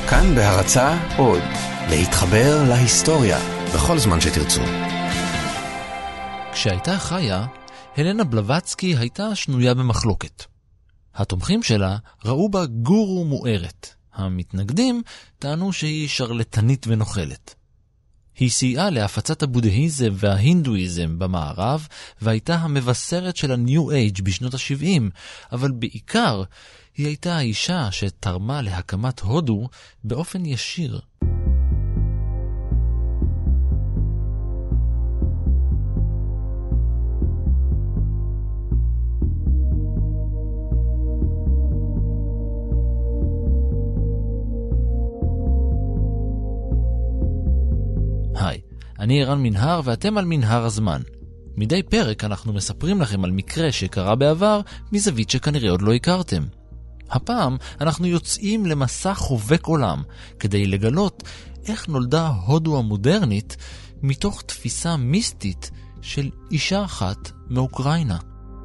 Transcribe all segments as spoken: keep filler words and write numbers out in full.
כאן בהרצאה עוד, להתחבר להיסטוריה בכל זמן שתרצו. כשהייתה חיה, הלנה בלווטסקי הייתה שנויה במחלוקת. התומכים שלה ראו בה גורו מוארת. המתנגדים טענו שהיא שרלטנית ונוכלת. היא סייעה להפצת הבודהיזם וההינדואיזם במערב, והייתה המבשרת של הניו אייג' בשנות ה-שבעים, אבל בעיקר היא הייתה האישה שתרמה להקמת הודו באופן ישיר. היי, אני ערן מנהר ואתם על מנהר הזמן. מדי פרק אנחנו מספרים לכם על מקרה שקרה בעבר מזווית שכנראה עוד לא הכרתם. הפעם אנחנו יוצאים למסע חובק עולם כדי לגלות איך נולדה הודו המודרנית מתוך תפיסה מיסטית של אישה אחת מאוקראינה.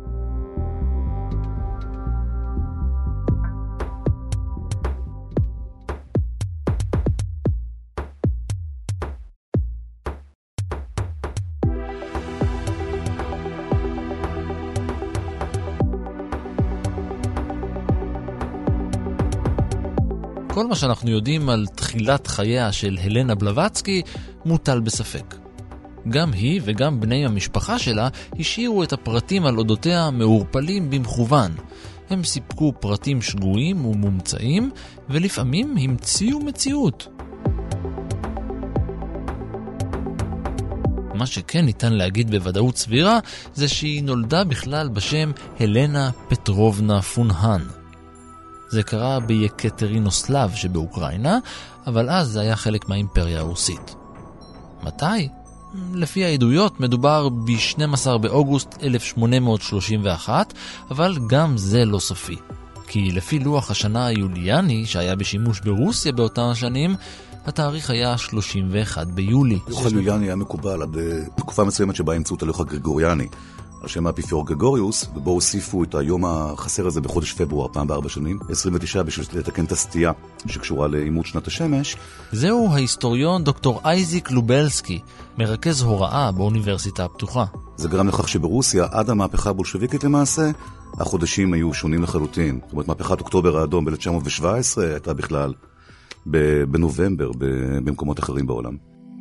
כל מה שאנחנו יודעים על תחילת חייה של הלנה בלווטסקי מוטל בספק. גם היא וגם בני המשפחה שלה השאירו את הפרטים על אודותיה מעורפלים במכוון. הם סיפקו פרטים שגויים ומומצאים, ולפעמים המציאו מציאות. מה שכן ניתן להגיד בוודאות סבירה, זה שהיא נולדה בכלל בשם הלנה פטרובנה פונהן. זה קרה ביקטרינוסלב שבאוקראינה, אבל אז זה היה חלק מהאימפריה הרוסית. מתי? לפי העדויות מדובר ב-שנים עשר באוגוסט אלף שמונה מאות שלושים ואחת, אבל גם זה לא סופי. כי לפי לוח השנה היוליאני שהיה בשימוש ברוסיה באותן השנים, התאריך היה שלושים ואחד ביולי. לוח היוליאני היה מקובל עד תקופה מסוימת שבה המצאו את הלוח הגרגוריאני. על שם האפיפיור גרגוריוס, ובו הוסיפו את היום החסר הזה בחודש פברואר, פעם בארבע שנים, עשרים ותשע בשביל לתקן את הסטייה שקשורה לאימות שנת השמש. זהו ההיסטוריון דוקטור אייזיק לובלסקי, מרכז הוראה באוניברסיטה הפתוחה. זה גרם לכך שברוסיה, עד המהפכה הבולשביקית למעשה, החודשים היו שונים לחלוטין. זאת אומרת, מהפכת אוקטובר האדום ב-אלף תשע מאות שבע עשרה הייתה בכלל בנובמבר, במקומות אחרים בעולם.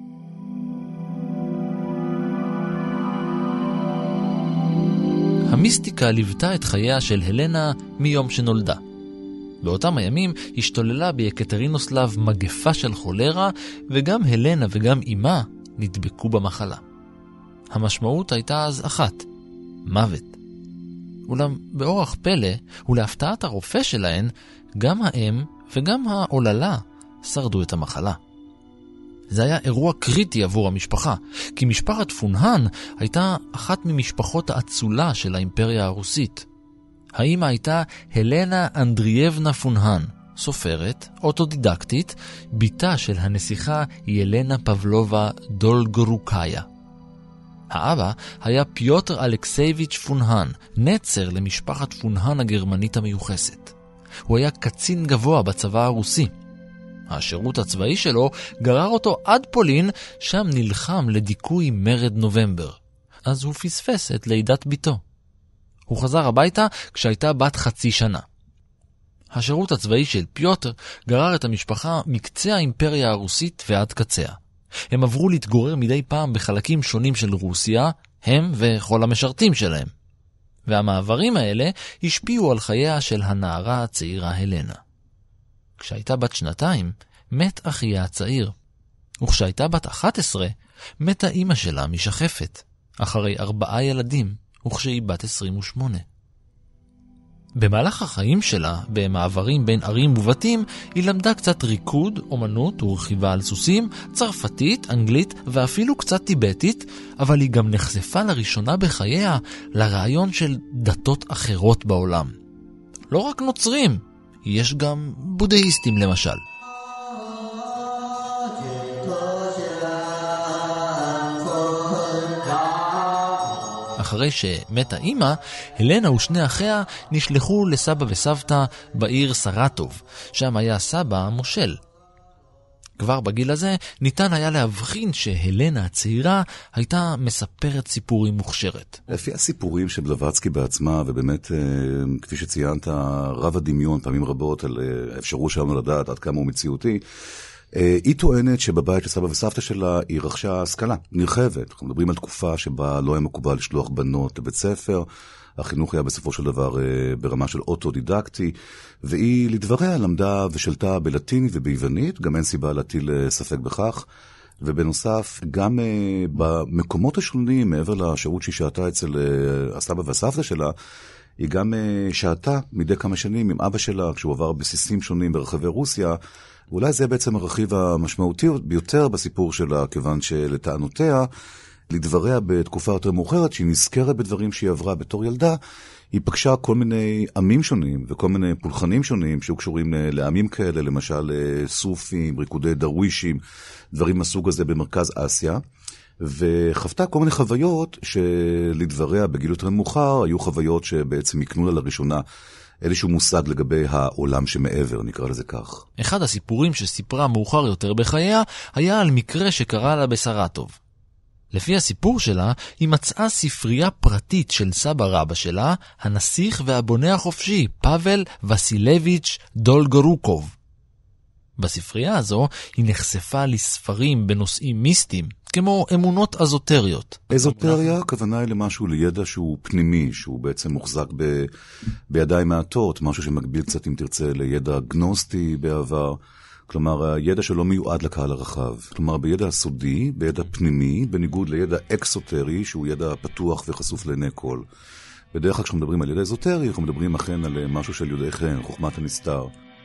המיסטיקה ליוותה את חייה של הלנה מיום שנולדה. באותם הימים השתוללה ביקטרינוסלב מגפה של חולרה, וגם הלנה וגם אמה נדבקו במחלה. המשמעות הייתה אז אחת, מוות. אולם באורח פלא, ולהפתעת הרופא שלהן, גם האם וגם העוללה שרדו את המחלה. זה היה אירוע קריטי עבור המשפחה, כי משפחת פונהן הייתה אחת ממשפחות האצולה של האימפריה הרוסית. האמא הייתה הלנה אנדרייבנה פונהן, סופרת, אוטודידקטית, ביתה של הנסיכה ילנה פבלובה דולגורוקאיה. האבא היה פיוטר אלכסייביץ' פונהן, נצר למשפחת פונהן הגרמנית המיוחסת. הוא היה קצין גבוה בצבא הרוסי. השירות הצבאי שלו גרר אותו עד פולין, שם נלחם לדיכוי מרד נובמבר. אז הוא פספס את לידת ביתו. הוא חזר הביתה כשהייתה בת חצי שנה. השירות הצבאי של פיוטר גרר את המשפחה מקצה האימפריה הרוסית ועד קציה. הם עברו להתגורר מדי פעם בחלקים שונים של רוסיה, הם וכל המשרתים שלהם. והמעברים האלה השפיעו על חייה של הנערה הצעירה הלנה. כשהייתה בת שנתיים, מת אחיה הצעיר. וכשהייתה בת אחת עשרה, מתה אמא שלה משחפת, אחרי ארבעה ילדים, וכשהיא בת עשרים ושמונה. במהלך החיים שלה, במעברים בין ערים ובתים, היא למדה קצת ריקוד, אומנות ורכיבה על סוסים, צרפתית, אנגלית ואפילו קצת טיבטית, אבל היא גם נחשפה לראשונה בחייה לרעיון של דתות אחרות בעולם. לא רק נוצרים, יש גם בודהיסטים למשל. אחרי שמתה אמא, הלנה ושני אחיה נשלחו לסבא וסבתא בעיר סרטוב, שם היה סבא מושל. כבר בגיל הזה ניתן היה להבחין שהלנה הצעירה הייתה מספרת סיפורים מוכשרת. לפי הסיפורים של בלווטסקי בעצמה, ובאמת, כפי שציינת, רב הדמיון פעמים רבות על האפשרות שלנו לדעת עד כמה הוא מציאותי, היא טוענת שבבית של סבא וסבתא שלה היא רכשה השכלה נרחבת. אנחנו מדברים על תקופה שבה לא היה מקובל לשלוח בנות לבית ספר, החינוך היה בסופו של דבר ברמה של אוטודידקטי, והיא לדבריה למדה ושלטה בלטינית וביוונית, גם אין סיבה להטיל ספק בכך, ובנוסף גם במקומות השונים, מעבר לשירות שהיא שעתה אצל הסבא והסבתא שלה, היא גם שעתה מדי כמה שנים עם אבא שלה, כשהוא עבר בסיסים שונים ברחבי רוסיה. ואולי זה בעצם הרכיב המשמעותי ביותר בסיפור שלה, כיוון שלטענותיה, לדבריה בתקופה יותר מאוחרת, שהיא נזכרת בדברים שהיא עברה בתור ילדה, היא פגשה כל מיני עמים שונים וכל מיני פולחנים שונים שהיו קשורים לעמים כאלה, למשל סופים, ריקודי דרווישים, דברים מהסוג הזה במרכז אסיה, וחוותה כל מיני חוויות שלדבריה בגיל יותר מאוחר, היו חוויות שבעצם יקנו לה לראשונה איזשהו מושג לגבי העולם שמעבר, נקרא לזה כך. אחד הסיפורים שסיפרה מאוחר יותר בחייה, היה על מקרה שקרה לה בסרטוב. לפי הסיפור שלה, היא מצאה ספרייה פרטית של סבא רבא שלה, הנסיך והבונה החופשי, פאבל וסילביץ' דולגורוקוב. בספרייה הזו היא נחשפה לספרים בנושאים מיסטיים, כמו אמונות אזוטריות. אזוטריה, הכוונה היא למשהו, לידע שהוא פנימי, שהוא בעצם מוחזק ב... בידיים מעטות, משהו שמקביל קצת, אם תרצה, לידע גנוסטי בעבר. כלומר, הידע שלא מיועד לקהל הרחב. כלומר, בידע הסודי, בידע פנימי, בניגוד לידע אקסוטרי, שהוא ידע פתוח וחשוף לעיני כל. בדרך כלל כשאנחנו מדברים על ידע אזוטרי, אנחנו מדברים אכן על משהו של יודעי חן, חוכמת הנסתר.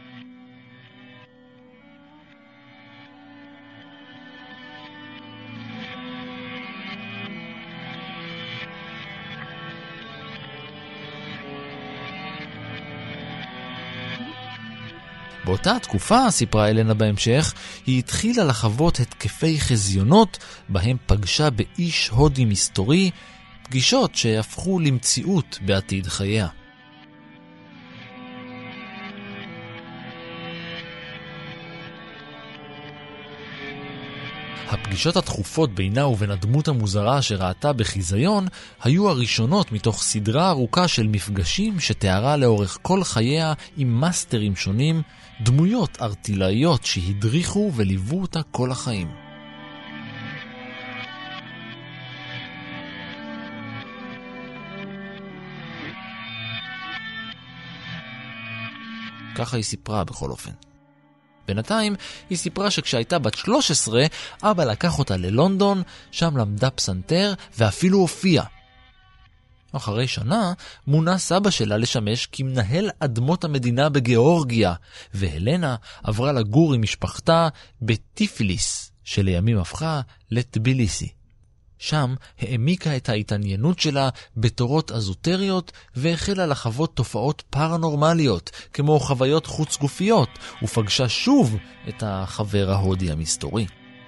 באותה תקופה, סיפרה אלנה בהמשך, היא התחילה לחוות התקפי חזיונות, בהם פגשה באיש הודי מסתורי, פגישות שהפכו למציאות בעתיד חייה. הפגישות התכופות בינה ובין הדמות המוזרה שראתה בחיזיון היו הראשונות מתוך סדרה ארוכה של מפגשים שתיארה לאורך כל חייה עם מאסטרים שונים, דמויות ארטילאיות שהדריכו וליוו אותה כל החיים. ככה היא סיפרה בכל אופן. בינתיים היא סיפרה שכשהייתה בת שלוש עשרה, אבא לקח אותה ללונדון, שם למדה פסנתר ואפילו הופיעה. אחרי שנה מונה סבא שלה לשמש כמנהל אדמות המדינה בגיאורגיה, והלנה עברה לגור עם משפחתה בטיפיליס, שלימים הפכה לטביליסי. שם העמיקה את ההתעניינות שלה בתורות אזוטריות והחלה לחוות תופעות פרנורמליות כמו חוויות חוץ גופיות, ופגשה שוב את החבר ההודי המסתורי.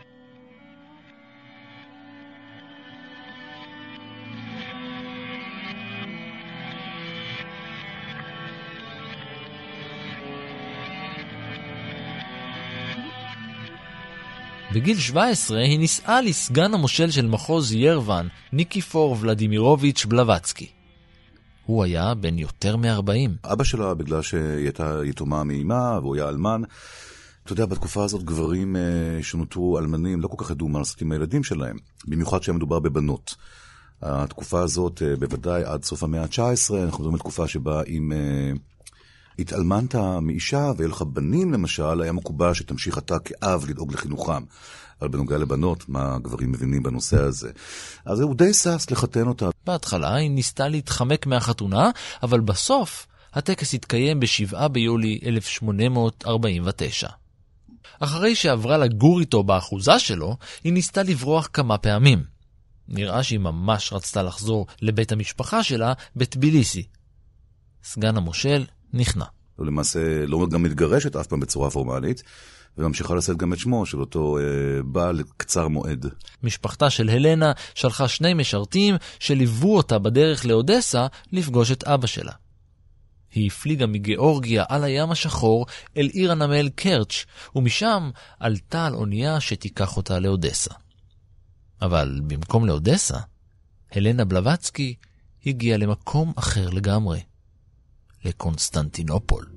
בגיל שבע עשרה היא נישאה לסגן המושל של מחוז ירוון, ניקיפור ולדימירוביץ' בלווטסקי. הוא היה בן יותר מ-ארבעים. אבא שלה, בגלל שהיא הייתה יתומה מאימה והוא היה אלמן, אתה יודע, בתקופה הזאת גברים שנותרו אלמנים לא כל כך ידעו מה לעשות עם הילדים שלהם, במיוחד שהם מדובר בבנות. התקופה הזאת, בוודאי עד סוף המאה ה-תשע עשרה, אנחנו מדברים על תקופה שבה אם התאלמנת מאישה ויהיה לך בנים למשל, היה מקובל שתמשיך אתה כאב לדאוג לחינוכם. אבל בנוגע לבנות, מה הגברים מבינים בנושא הזה. אז הוא די סס לחתן אותה. בהתחלה היא ניסתה להתחמק מהחתונה, אבל בסוף הטקס התקיים ב-שבעה ביולי אלף שמונה מאות ארבעים ותשע. אחרי שעברה לגור איתו באחוזה שלו, היא ניסתה לברוח כמה פעמים. נראה שהיא ממש רצתה לחזור לבית המשפחה שלה בטביליסי. סגן המושל נכנע. למעשה לא גם מתגרשת אף פעם בצורה פורמלית, וממשיכה לשאת גם את שמו של אותו אה, בעל קצר מועד. משפחתה של הלנה שלחה שני משרתים שליוו אותה בדרך לאודסה לפגוש את אבא שלה. היא הפליגה מגיאורגיה על הים השחור אל עיר הנמל קרץ', ומשם עלתה על אונייה שתיקח אותה לאודסה. אבל במקום לאודסה, הלנה בלווטסקי הגיעה למקום אחר לגמרי, לקונסטנטינופול.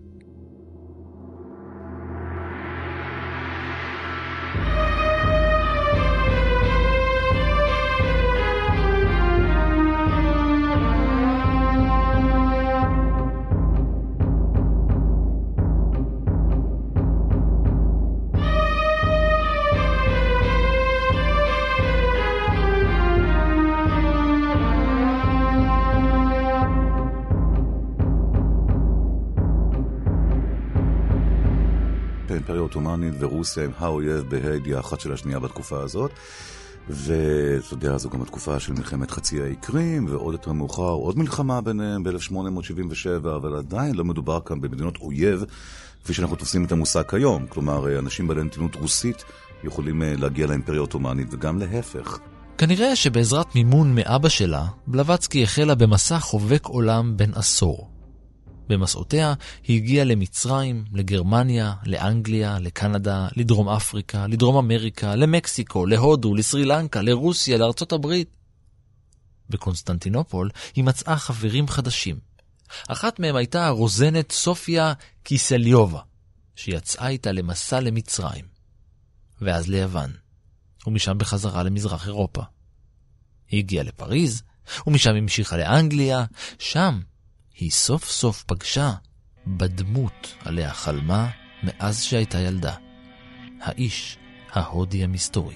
האימפריה העות'מאנית ורוסיה הם האויב בהידיעה אחת של השנייה בתקופה הזאת, ואתה יודע, זו גם התקופה של מלחמת חצי האי קרים, ועוד יותר מאוחר עוד מלחמה ביניהם ב-אלף שמונה מאות שבעים ושבע, אבל עדיין לא מדובר כאן במדינות אויב כפי שאנחנו תופסים את המושג היום. כלומר, אנשים בעלי נתינות רוסית יכולים להגיע לאימפריה העות'מאנית וגם להפך. כנראה שבעזרת מימון מאבא שלה, בלווטסקי החלה במסע חובק עולם בן עשור. במסעותיה היא הגיעה למצרים, לגרמניה, לאנגליה, לקנדה, לדרום אפריקה, לדרום אמריקה, למקסיקו, להודו, לסרילנקה, לרוסיה, לארצות הברית. בקונסטנטינופול היא מצאה חברים חדשים. אחת מהם הייתה הרוזנת סופיה קיסליובה, שיצאה איתה למסע למצרים, ואז ליוון, ומשם בחזרה למזרח אירופה. היא הגיעה לפריז, ומשם המשיכה לאנגליה. שם היא סוף סוף פגשה בדמות עליה חלמה מאז שהייתה ילדה, האיש ההודי המסתורי.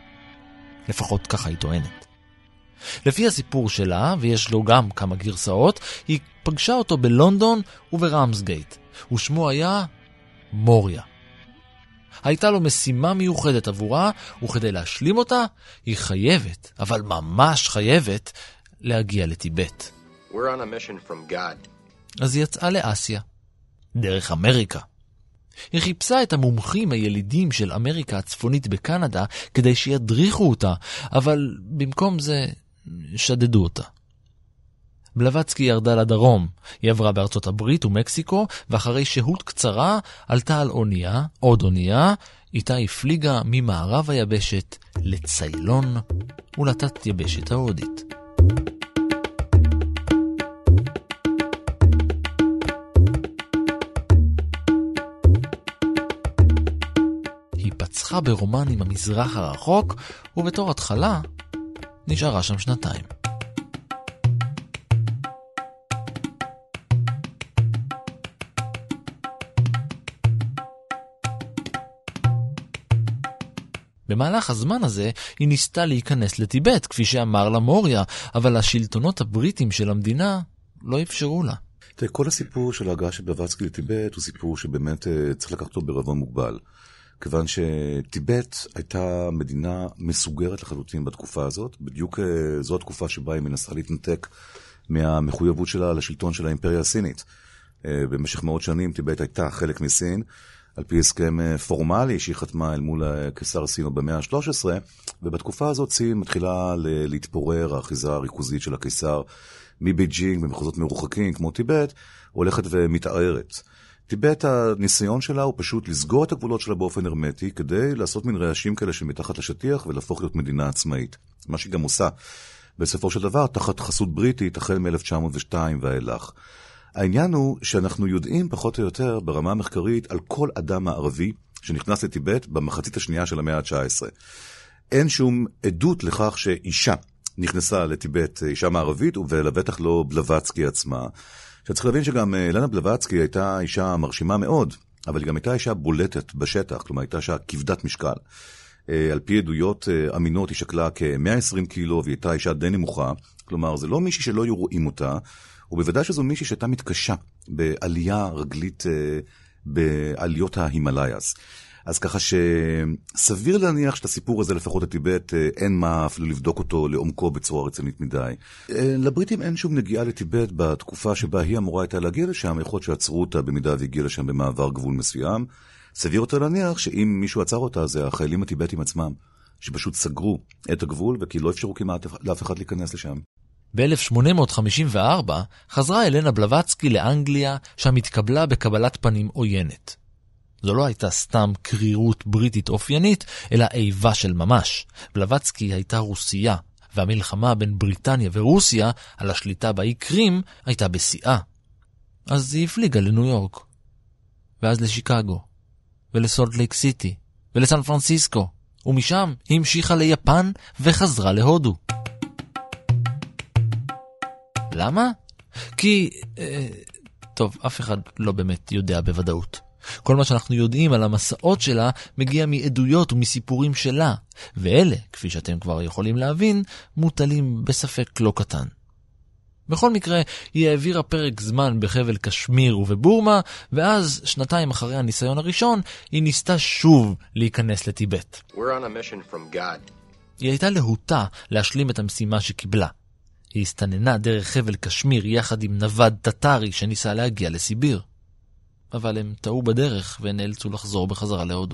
לפחות ככה היא טוענת. לפי הסיפור שלה, ויש לו גם כמה גרסאות, היא פגשה אותו בלונדון וברמסגייט, ושמו היה מוריה. הייתה לו משימה מיוחדת עבורה, וכדי להשלים אותה, היא חייבת, אבל ממש חייבת, להגיע לטיבט. We're on a mission from God. אז היא יצאה לאסיה, דרך אמריקה. היא חיפשה את המומחים הילידים של אמריקה הצפונית בקנדה כדי שידריכו אותה, אבל במקום זה שדדו אותה. בלווטסקי ירדה לדרום, היא עברה בארצות הברית ומקסיקו, ואחרי שהות קצרה עלתה על אונייה, עוד אונייה, איתה הפליגה ממערב היבשת לציילון ולתת יבשת ההודית. היא פצחה ברומן עם המזרח הרחוק, ובתור התחלה נשארה שם שנתיים. במהלך הזמן הזה היא ניסתה להיכנס לטיבט, כפי שאמר לה מוריה, אבל השלטונות הבריטים של המדינה לא אפשרו לה. כל הסיפור של ההגעה של בלווטסקי לטיבט הוא סיפור שבאמת צריך לקחת אותו בערבון מוגבל. כיוון שטיבט הייתה מדינה מסוגרת לחלוטין בתקופה הזאת, בדיוק זו התקופה שבה היא מנסה להתנתק מהמחויבות שלה לשלטון של האימפריה הסינית. במשך מאות שנים טיבט הייתה חלק מסין, על פי הסכם פורמלי שהיא חתמה אל מול קיסר סינו במאה ה-שלוש עשרה, ובתקופה הזאת סין מתחילה להתפורר, האחיזה הריכוזית של הקיסר מבייג'ינג במחוזות מרוחקים כמו טיבט, הולכת ומתערערת. טיבט, הניסיון שלה הוא פשוט לסגור את הגבולות שלה באופן הרמטי, כדי לעשות מין רעשים כאלה שמתחת לשטיח ולהפוך להיות מדינה עצמאית. מה שהיא גם עושה בסופו של דבר תחת חסות בריטית החל מ-אלף תשע מאות ושתיים ואילך. העניין הוא שאנחנו יודעים פחות או יותר ברמה המחקרית על כל אדם הערבי שנכנס לטיבט במחצית השנייה של המאה ה-תשע עשרה. אין שום עדות לכך שאישה נכנסה לטיבט, אישה מערבית, ולבטח לא בלווטסקי עצמה. שצריך להבין שגם הלנה בלווטסקי הייתה אישה מרשימה מאוד, אבל היא גם הייתה אישה בולטת בשטח, כלומר הייתה אישה כבדת משקל. על פי עדויות אמינות היא שקלה כ-מאה ועשרים קילו, והיא הייתה אישה די נמוכה, כלומר זה לא מישהי שלא ירואים אותה, ובוודאי שזו מישהי שהייתה מתקשה בעלייה רגלית בעליות ההימלאיאז. אז ככה שסביר להניח שאת הסיפור הזה לפחות לטיבט אין מה אפילו לבדוק אותו לעומקו בצורה רצינית מדי. לבריטים אין שום נגיעה לטיבט בתקופה שבה היא אמורה הייתה להגיע לשם, יכול שעצרו אותה במידה והגיע לשם במעבר גבול מסוים. סביר יותר להניח שאם מישהו עצר אותה זה החיילים הטיבטים עצמם, שפשוט סגרו את הגבול וכי לא אפשרו כמעט לאף אחד להיכנס לשם. ב-אלף שמונה מאות חמישים וארבע חזרה אלנה בלווטסקי לאנגליה, שם התקבלה בקבלת פנים עוינת. זו לא הייתה סתם קרירות בריטית אופיינית, אלא איבה של ממש. בלווטסקי הייתה רוסייה, והמלחמה בין בריטניה ורוסיה על השליטה באי קרים הייתה בשיאה. אז היא הפליגה לניו יורק, ואז לשיקגו, ולסולט לייק סיטי, ולסן פרנסיסקו, ומשם היא המשיכה ליפן וחזרה להודו. למה? כי... אה, טוב, אף אחד לא באמת יודע בוודאות. כל מה שאנחנו יודעים על המסעות שלה מגיע מעדויות ומסיפורים שלה, ואלה, כפי שאתם כבר יכולים להבין, מוטלים בספק לא קטן. בכל מקרה, היא העבירה פרק זמן בחבל קשמיר ובבורמה, ואז, שנתיים אחרי הניסיון הראשון, היא ניסתה שוב להיכנס לטיבט. We're on a mission from God. היא הייתה להוטה להשלים את המשימה שקיבלה. היא הסתננה דרך חבל קשמיר יחד עם נווד טטרי שניסה להגיע לסיביר. אבל הם טעו בדרך ונאלצו לחזור בחזרה להודו.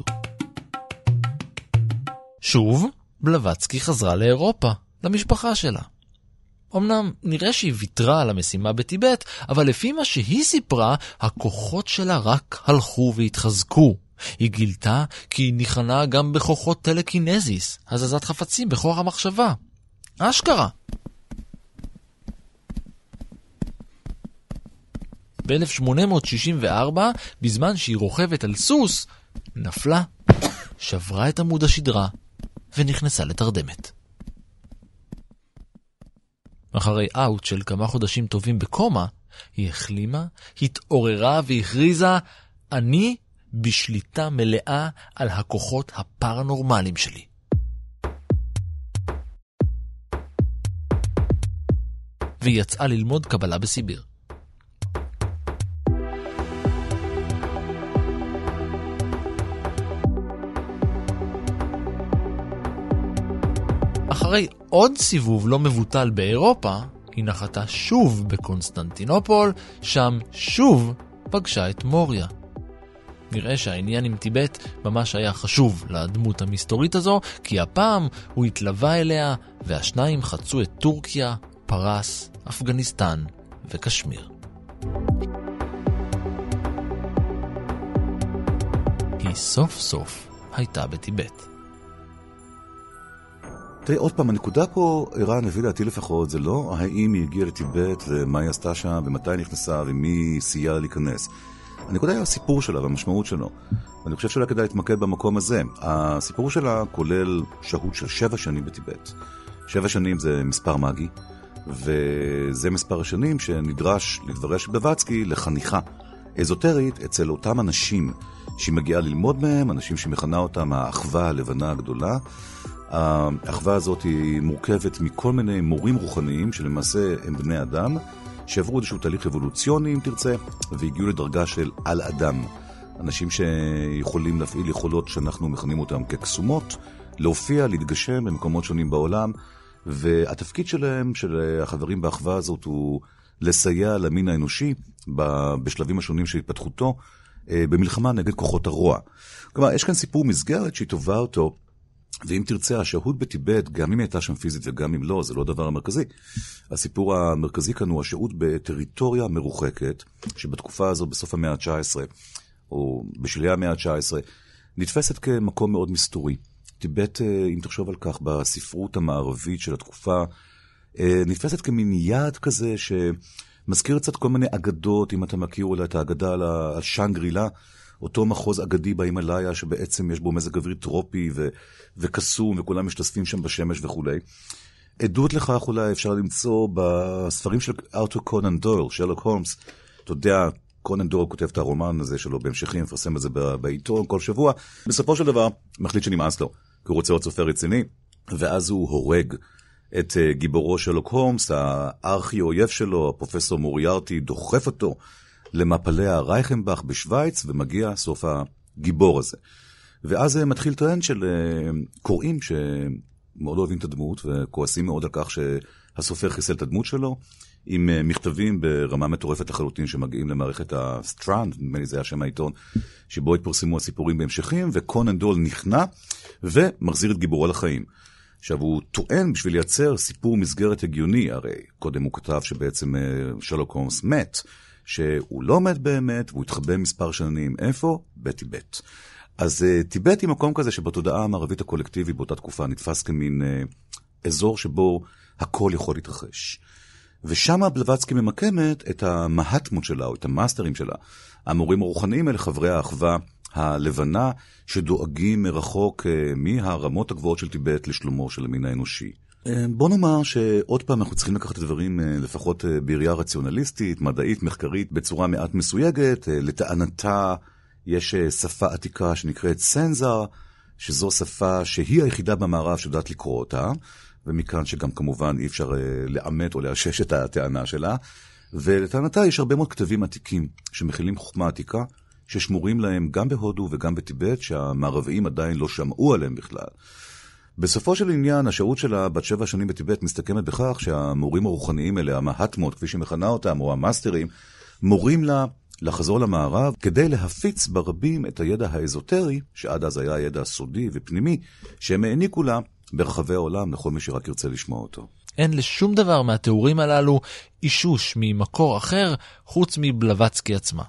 שוב, בלווטסקי חזרה לאירופה, למשפחה שלה. אמנם נראה שהיא ויתרה על המשימה בטיבט, אבל לפי מה שהיא סיפרה, הכוחות שלה רק הלכו והתחזקו. היא גילתה כי היא ניחנה גם בכוחות טלקינזיס, הזזת חפצים בכוח המחשבה. אשכרה. ב-אלף שמונה מאות שישים וארבע, בזמן שהיא רוכבת על סוס, נפלה, שברה את עמוד השדרה ונכנסה לתרדמת. אחרי אאוט של כמה חודשים טובים בקומה, היא החלימה, התעוררה והכריזה, אני בשליטה מלאה על הכוחות הפרנורמליים שלי. והיא יצאה ללמוד קבלה בסיביר. אחרי עוד סיבוב לא מבוטל באירופה, היא נחתה שוב בקונסטנטינופול, שם שוב פגשה את מוריה. נראה שהעניין עם טיבט ממש היה חשוב לדמות המסתורית הזו, כי הפעם הוא התלווה אליה, והשניים חצו את טורקיה, פרס, אפגניסטן וקשמיר. היא סוף סוף הייתה בטיבט. תראה, עוד פעם, הנקודה פה, ערן, לפי דעתי לפחות, זה לא האם היא הגיעה לטיבט ומה היא עשתה שם ומתי נכנסה ומי סייע להיכנס. הנקודה היא הסיפור שלה והמשמעות שלו. ואני חושב שלה כדאי להתמקד במקום הזה. הסיפור שלה כולל שהות של שבע שנים בטיבט. שבע שנים זה מספר מגי, וזה מספר השנים שנדרש לדבריה של בלווטסקי לחניכה אזוטרית אצל אותם אנשים שהיא מגיעה ללמוד מהם, אנשים שמכנה אותם האחווה הלבנה הגדולה. האחווה הזאת היא מורכבת מכל מיני מורים רוחניים שלמעשה הם בני אדם שעברו איזשהו תהליך אבולוציוני אם תרצה והגיעו לדרגה של על אדם, אנשים שיכולים להפעיל יכולות שאנחנו מכנים אותם כקסומות, להופיע, להתגשם במקומות שונים בעולם, והתפקיד שלהם, של החברים באחווה הזאת, הוא לסייע למין האנושי בשלבים השונים של התפתחותו במלחמה נגד כוחות הרוע. כלומר, יש כאן סיפור מסגרת שהיא טובה אותו, ואם תרצה, השהות בטיבט, גם אם הייתה שם פיזית וגם אם לא, זה לא הדבר המרכזי. הסיפור המרכזי כאן הוא השהות בטריטוריה מרוחקת, שבתקופה הזו, בסוף המאה ה-תשע עשרה, או בשלהי המאה ה-תשע עשרה, נתפסת כמקום מאוד מסתורי. טיבט, אם תחשוב על כך, בספרות המערבית של התקופה, נתפסת כמין יעד כזה שמזכיר קצת כל מיני אגדות, אם אתה מכיר אולי את האגדה על שאנגרילה, אותו מחוז אגדי בהימלאיה שבעצם יש בו מזג אוויר טרופי ו- וקסום וכולם משתספים שם בשמש וכו'. עדות לכך אולי אפשר למצוא בספרים של ארתור קונן דויל, שרלוק הולמס. אתה יודע, קונן דויל כותב את הרומן הזה שלו בהמשכים, מפרסם את זה בעיתון כל שבוע. בסופו של דבר מחליט שנמאס לו, כי הוא רוצה עוד סופר רציני, ואז הוא הורג את גיבורו שרלוק הולמס, הארכי אויב שלו, הפרופסור מוריארטי, דוחף אותו למפלי הרייכנבך בשוויץ, ומגיע סוף הגיבור הזה. ואז מתחיל טרנד של קוראים שמאוד אוהבים את הדמות, וכועסים מאוד על כך שהסופר חיסל את הדמות שלו, עם מכתבים ברמה מטורפת לחלוטין שמגיעים למערכת הסטרנד, נדמה לי זה היה שם העיתון, שבו התפרסמו הסיפורים בהמשכים, וקונן דויל נכנע ומחזיר את גיבורו לחיים. עכשיו, הוא טוען בשביל לייצר סיפור מסגרת הגיוני, הרי קודם הוא כתב שבעצם שרלוק הולמס מת, שהוא לא מת באמת, והוא התחבא מספר שנים. איפה? בטיבט. אז טיבט היא מקום כזה שבתודעה המערבית הקולקטיבית באותה תקופה נתפס כמין אזור שבו הכל יכול להתרחש. ושם בלווטסקי ממקמת את המהטמות שלה, או את המאסטרים שלה, המורים הרוחניים אלה חברי האחווה הלבנה, שדואגים מרחוק מהרמות הגבוהות של טיבט לשלומו של המין האנושי. בוא נאמר שעוד פעם אנחנו צריכים לקחת את הדברים לפחות בראייה רציונליסטית, מדעית, מחקרית, בצורה מעט מסויגת. לטענתה יש שפה עתיקה שנקראת סנזר, שזו שפה שהיא היחידה במערב שיודעת לקרוא אותה, ומכאן שגם כמובן אי אפשר לאמת או לאשש את הטענה שלה. ולטענתה יש הרבה מאוד כתבים עתיקים שמכילים חוכמה עתיקה, ששמורים להם גם בהודו וגם בטיבט, שהמערביים עדיין לא שמעו עליהם בכלל. בסופו של עניין, השהות שלה בת שבע שנים בטיבט מסתכמת בכך שהמורים הרוחניים האלה, המהטמות, כפי שמכנה אותם, או המאסטרים, מורים לה לחזור למערב כדי להפיץ ברבים את הידע האזוטרי, שעד אז היה הידע הסודי ופנימי, שהם העניקו לה ברחבי העולם לכל מי שרק ירצה לשמוע אותו. אין לשום דבר מהתיאורים הללו אישוש ממקור אחר חוץ מבלווטסקי עצמה.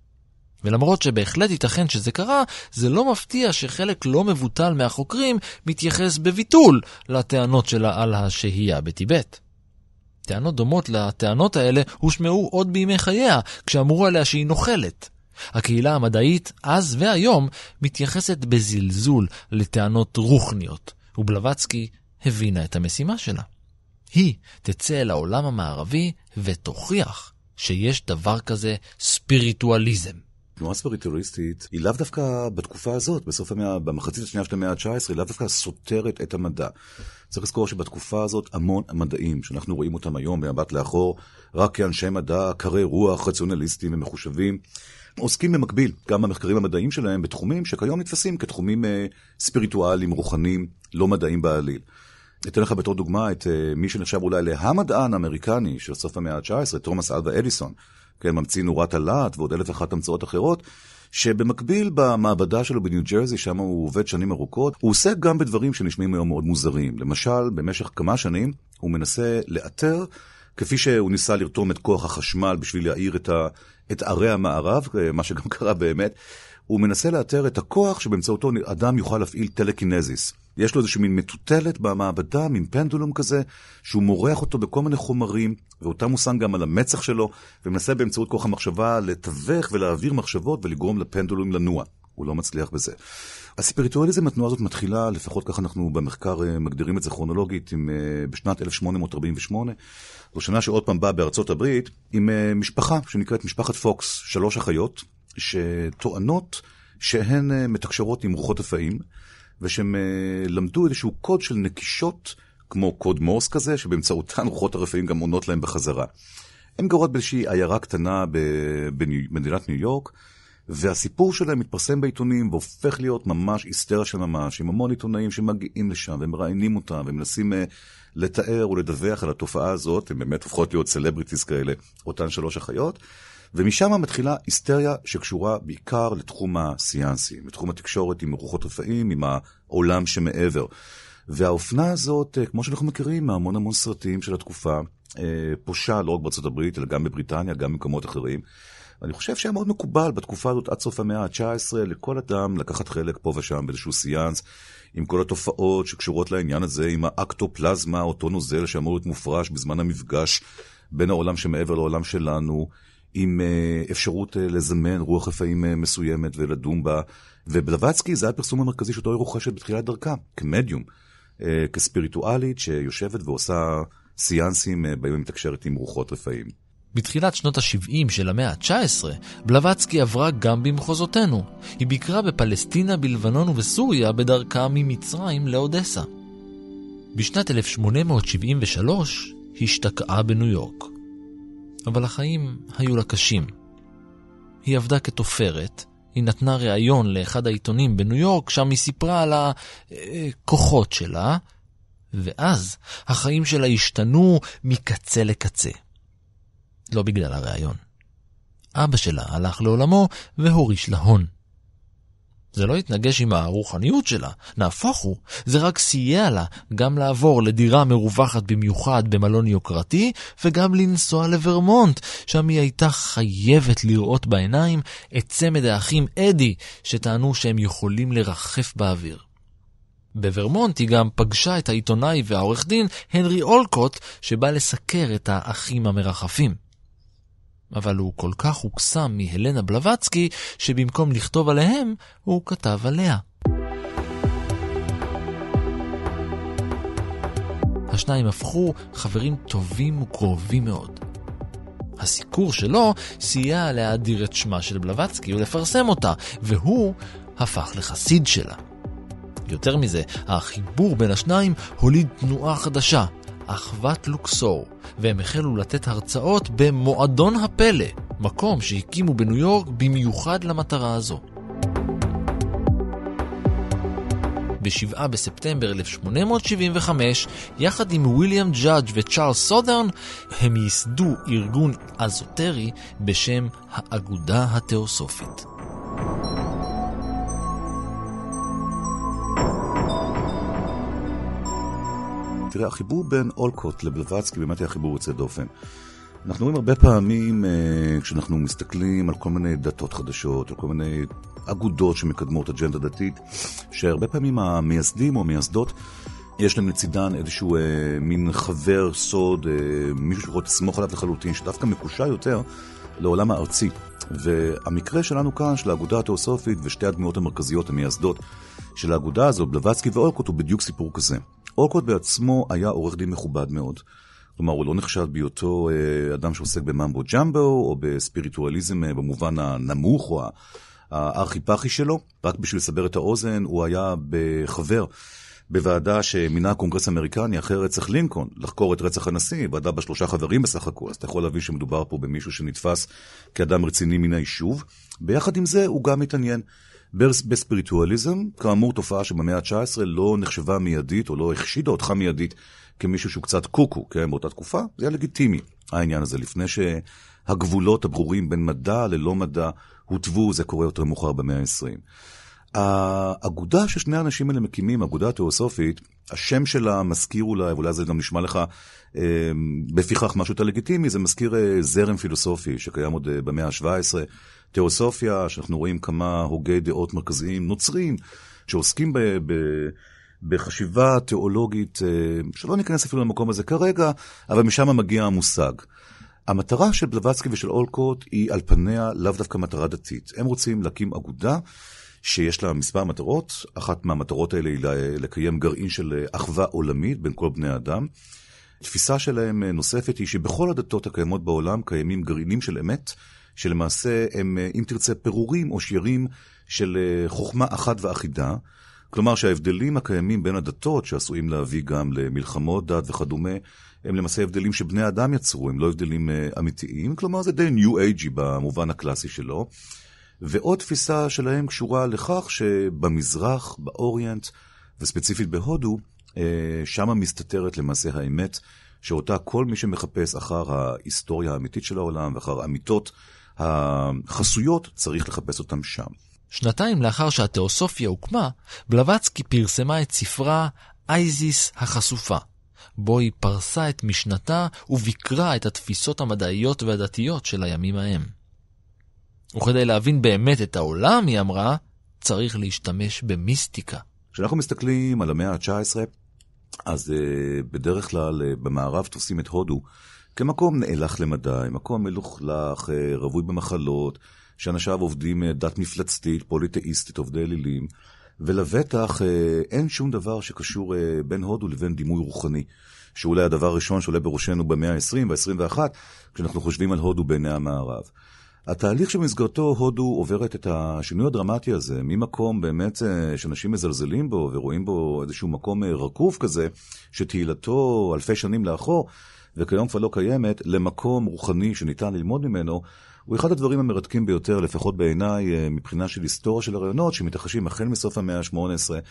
ולמרות שבהחלט ייתכן שזה קרה, זה לא מפתיע שחלק לא מבוטל מהחוקרים מתייחס בביטול לטענות שלה על השהייה בטיבט. טענות דומות לטענות האלה הושמעו עוד בימי חייה, כשאמרו עליה שהיא נוחלת. הקהילה המדעית, אז והיום, מתייחסת בזלזול לטענות רוחניות, ובלווטסקי הבינה את המשימה שלה. היא תצא אל העולם המערבי ותוכיח שיש דבר כזה ספיריטואליזם. תנועה ספיריטואליסטית היא לאו דווקא בתקופה הזאת, בסוף המאה, במחצית השנייה של המאה ה-תשע עשרה, היא לאו דווקא סותרת את המדע. צריך לזכור שבתקופה הזאת המון המדעים, שאנחנו רואים אותם היום במבט לאחור, רק כאנשי מדע, קרי רוח, רציונליסטים ומחושבים, עוסקים במקביל גם המחקרים המדעיים שלהם בתחומים שכיום נתפסים כתחומים אה, ספיריטואליים, רוחניים, לא מדעיים בעליל. אתן לך בתור דוגמה את אה, מי שנחשב אולי להמדען האמריקני של סוף המאה ה-תשע עשרה, תומאס אלווה אדיסון, כן, ממציא נורת הלהט ועוד אלף אחת המצאות אחרות, שבמקביל במעבדה שלו בניו ג'רזי, שם הוא עובד שנים ארוכות, הוא עושה גם בדברים שנשמעים היום מאוד מוזרים. למשל, במשך כמה שנים הוא מנסה לאתר, כפי שהוא ניסה לרתום את כוח החשמל בשביל להאיר את, ה, את ערי המערב, מה שגם קרה באמת, הוא מנסה לאתר את הכוח שבאמצעותו אדם יוכל להפעיל טלקינזיס. יש לו איזושהי מין מטוטלת במעבדה, מין פנדולום כזה, שהוא מורח אותו בכל מיני חומרים, ואותם הוא שם גם על המצח שלו, ומנסה באמצעות כוח המחשבה לתווך ולהעביר מחשבות ולגרום לפנדולום לנוע. הוא לא מצליח בזה. הספיריטואליזם, התנועה הזאת מתחילה, לפחות ככה אנחנו במחקר מגדירים את זה כרונולוגית, עם, בשנת אלף שמונה מאות ארבעים ושמונה, זו שנה שעוד פעם באה בארצות הברית, עם משפחה שנקראת משפחת פוקס, שלוש אחיות, שטוענות שהן מתקשרות עם רוחות אפאים, ושהם למדו איזשהו קוד של נקישות, כמו קוד מורס כזה, שבאמצעותן רוחות הרפאים גם עונות להם בחזרה. הן גרות באיזושהי עיירה קטנה במדינת ניו יורק, והסיפור שלהם מתפרסם בעיתונים, והופך להיות ממש היסטריה של ממש, עם המון עיתונאים שמגיעים לשם, והם מראיינים אותם, ומנסים לתאר ולדווח על התופעה הזאת, הם באמת הופכות להיות סלבריטיז כאלה, אותן שלוש אחיות, ומשם מתחילה היסטריה שקשורה בעיקר לתחום הסיאנסי, לתחום התקשורת עם רוחות רפאים, עם העולם שמעבר. והאופנה הזאת, כמו שאנחנו מכירים, מהמון המון סרטים של התקופה, פושה לא רק בארצות הברית, אלא גם בבריטניה, גם במקומות אחרים. אני חושב שהיה מאוד מקובל בתקופה הזאת עד סוף המאה ה-תשע עשרה לכל אדם לקחת חלק פה ושם באיזשהו סיאנס, עם כל התופעות שקשורות לעניין הזה, עם האקטופלזמה, אותו נוזל שאמור להיות מופרש בזמן המפגש בין העולם שמעבר לעולם שלנו, עם אפשרות לזמן רוח רפאים מסוימת ולדום בה. ובלווטסקי זה הפרסום המרכזי שאותו היא רוכשת בתחילת דרכה, כמדיום, כספיריטואלית שיושבת ועושה סיאנסים בהם מתקשרת עם רוחות רפאים. בתחילת שנות ה-שבעים של המאה ה-תשע עשרה, בלווטסקי עברה גם במחוזותינו. היא ביקרה בפלסטינה, בלבנון ובסוריה בדרכה ממצרים לאודסה. בשנת אלף שמונה מאות שבעים ושלוש השתקעה בניו יורק. אבל החיים היו לה קשים. היא עבדה כתופרת, היא נתנה ראיון לאחד העיתונים בניו יורק, שם היא סיפרה על הכוחות שלה, ואז החיים שלה השתנו מקצה לקצה. לא בגלל הראיון. אבא שלה הלך לעולמו והוריש לה הון. זה לא התנגש עם הרוחניות שלה, נהפוך הוא, זה רק סייע לה גם לעבור לדירה מרווחת במיוחד במלון יוקרתי, וגם לנסוע לוורמונט, שם היא הייתה חייבת לראות בעיניים את צמד האחים אדי, שטענו שהם יכולים לרחף באוויר. בוורמונט היא גם פגשה את העיתונאי והעורך דין הנרי אולקוט, שבא לסקר את האחים המרחפים. אבל הוא כל כך הוקסם מהלנה בלווטסקי, שבמקום לכתוב עליהם, הוא כתב עליה. השניים הפכו חברים טובים וקרובים מאוד. הסיקור שלו סייע להאדיר את שמה של בלווטסקי ולפרסם אותה, והוא הפך לחסיד שלה. יותר מזה, החיבור בין השניים הוליד תנועה חדשה, אחוות לוקסור, והם החלו לתת הרצאות במועדון הפלא, מקום שהקימו בניו יורק במיוחד למטרה הזו. ב-שבעה בספטמבר אלף שמונה מאות שבעים וחמש, יחד עם וויליאם ג'אדג' וצ'ארלס סות'רן, הם ייסדו ארגון אזוטרי בשם האגודה התיאוסופית. תראה, החיבור בין אולקוט לבלווטסקי באמת היה חיבור יוצא דופן. אנחנו רואים הרבה פעמים, כשאנחנו מסתכלים על כל מיני דתות חדשות, על כל מיני אגודות שמקדמות אג'נדה דתית, שהרבה פעמים המייסדים או המייסדות, יש להם לצידן איזשהו אה, מין חבר סוד, אה, מישהו שיכול לסמוך עליו לחלוטין, שדווקא מקושר יותר לעולם הארצי. והמקרה שלנו כאן, של האגודה התיאוסופית ושתי הדמויות המרכזיות המייסדות של האגודה הזו, בלווטסקי ואולקוט, הוא בדיוק סיפור כזה. אולקוט בעצמו היה עורך דין מכובד מאוד. כלומר, הוא לא נחשד בהיותו אה, אדם שעוסק בממבו ג'מבו, או בספיריטואליזם אה, במובן הנמוך, או הארכיפחי שלו. רק בשביל לסבר את האוזן, הוא היה בחבר בוועדה שמינה הקונגרס האמריקני אחרי רצח לינקולן, לחקור את רצח הנשיא, ועדה בשלושה חברים בסך הכל, אז אתה יכול להבין שמדובר פה במישהו שנתפס כאדם רציני מן היישוב. ביחד עם זה הוא גם מתעניין בספיריטואליזם, כאמור תופעה שבמאה ה-תשע עשרה לא נחשבה מיידית, או לא החשידה אותך מיידית, כמישהו שהוא קצת קוקו, כן, באותה תקופה, זה היה לגיטימי, העניין הזה, לפני שהגבולות הברורים בין מדע ללא מדע הוטבו, זה קורה יותר מאוחר במאה ה-עשרים. האגודה ששני האנשים האלה מקימים, האגודה התיאוסופית, השם שלה מזכיר אולי, ואולי זה גם נשמע לך אה, בפיכך משהו יותר לגיטימי, זה מזכיר אה, זרם פילוסופי שקיים עוד אה, במאה ה-שבע עשרה, תיאוסופיה, שאנחנו רואים כמה הוגי דעות מרכזיים נוצרים, שעוסקים ב... ב בחשיבה תיאולוגית, שלא ניכנס אפילו למקום הזה כרגע, אבל משם מגיע המושג. המטרה של בלווטסקי ושל אולקוט היא על פניה לאו דווקא מטרה דתית. הם רוצים להקים אגודה שיש לה מספר מטרות. אחת מהמטרות האלה היא לקיים גרעין של אחווה עולמית בין כל בני אדם. תפיסה שלהם נוספת היא שבכל הדתות הקיימות בעולם קיימים גרעינים של אמת, שלמעשה הם, אם תרצה, פירורים או שירים של חוכמה אחת ואחידה, כלומר שההבדלים הקיימים בין הדתות, שעשויים להביא גם למלחמות דת וכדומה, הם למעשה הבדלים שבני האדם יצרו, הם לא הבדלים אמיתיים, כלומר זה די ניו אייג'י במובן הקלאסי שלו. ועוד תפיסה שלהם קשורה לכך שבמזרח, באוריינט, וספציפית בהודו, שם מסתתרת למעשה האמת, שאותה כל מי שמחפש אחר ההיסטוריה האמיתית של העולם, ואחר האמיתות החסויות, צריך לחפש אותם שם. שנתיים לאחר שהתיאוסופיה הוקמה, בלווטסקי פרסמה את ספרה אייזיס החשופה, בו היא פרסה את משנתה וביקרה את התפיסות המדעיות והדתיות של הימים ההם. וכדי להבין באמת את העולם, היא אמרה, צריך להשתמש במיסטיקה. כשאנחנו מסתכלים על המאה ה-תשע עשרה, אז uh, בדרך כלל uh, במערב תופסים את הודו כמקום נאלח למדי, מקום מלוכלך, uh, רווי במחלות, שאנשיו עובדים דת מפלצתית, פוליתאיסטית, עובדי אלילים, ולבטח אין שום דבר שקשור בין הודו לבין דימוי רוחני, שאולי הדבר הראשון שעולה בראשנו במאה ה-עשרים וה-עשרים ואחת, כשאנחנו חושבים על הודו בעיני המערב. התהליך שבמסגרתו הודו עוברת את השינוי הדרמטי הזה, ממקום באמת שאנשים מזלזלים בו ורואים בו איזשהו מקום רקוב כזה, שתהילתו אלפי שנים לאחור, וכיום כבר לא קיימת, למקום רוחני שניתן ללמוד ממנו, הוא אחד הדברים המרתקים ביותר, לפחות בעיניי, מבחינה של היסטוריה של הרעיונות, שמתרחשים החל מסוף המאה ה-שמונה עשרה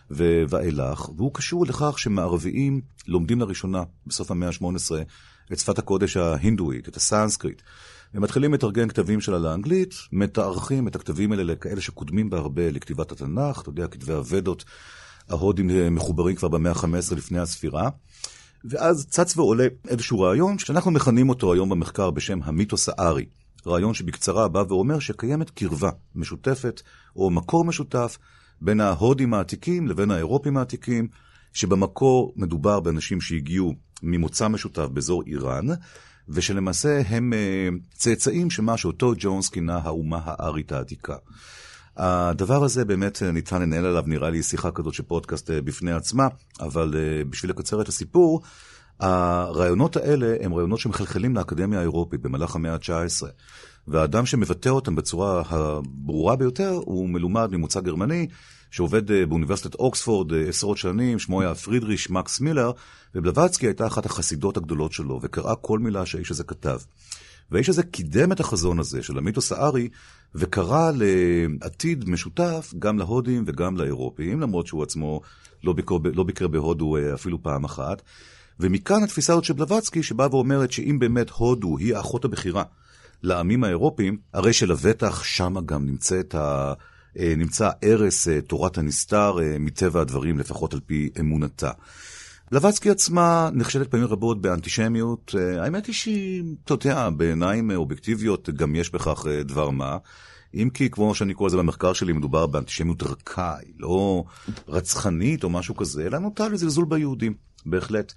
ואילך, והוא קשור לכך שמערביים לומדים לראשונה בסוף המאה ה-שמונה עשרה את שפת הקודש ההינדואית, את הסנסקריט, הם מתחילים לתרגם כתבים שלה לאנגלית, מתארכים את הכתבים האלה לכאלה שקודמים בהרבה לכתיבת התנ"ך, אתה יודע, כתבי הוודות, ההודים מחוברים כבר במאה ה-חמש עשרה לפני הספירה, ואז צץ ועולה איזשהו רעיון שאנחנו מכנים אותו היום במחקר בשם המיתוס הארי. רעיון שבקצרה בא ואומר שקיימת קרבה משותפת או מקור משותף בין ההודים העתיקים לבין האירופים העתיקים, שבמקור מדובר באנשים שהגיעו ממוצא משותף באזור איראן, ושלמעשה הם צאצאים שמה שאותו ג'ונס כינה האומה הארית העתיקה. הדבר הזה באמת ניתן לנהל עליו, נראה לי, שיחה כזאת שפודקאסט בפני עצמה, אבל בשביל לקצר את הסיפור, הרעיונות האלה הם רעיונות שמחלחלים לאקדמיה האירופית במהלך המאה ה-תשע עשרה, והאדם שמבטא אותם בצורה הברורה ביותר הוא מלומד ממוצא גרמני, שעובד באוניברסיטת אוקספורד עשרות שנים, שמו היה פרידריש מקס מילר, ובלבצקי הייתה אחת החסידות הגדולות שלו, וקראה כל מילה שהאיש הזה כתב. והאיש הזה קידם את החזון הזה של המיתוס הארי, וקרא לעתיד משותף גם להודים וגם לאירופים, למרות שהוא עצמו לא ביקר, לא ביקר בהודו אפילו פעם אחת. ומכאן התפיסה הזאת של בלבצקי, שבאה ואומרת שאם באמת הודו היא האחות הבכירה לעמים האירופים, הרי שלבטח שמה גם נמצאת ה... נמצא ערש תורת הנסתר מטבע הדברים, לפחות על פי אמונתה. בלבצקי עצמה נחשדת פעמים רבות באנטישמיות. האמת היא שהיא, אתה יודע, בעיניים אובייקטיביות גם יש בכך דבר מה. אם כי, כמו שאני קורא לזה במחקר שלי, מדובר באנטישמיות רכה, לא רצחנית או משהו כזה, אלא נוטה לזלזול ביהודים, בהחלט.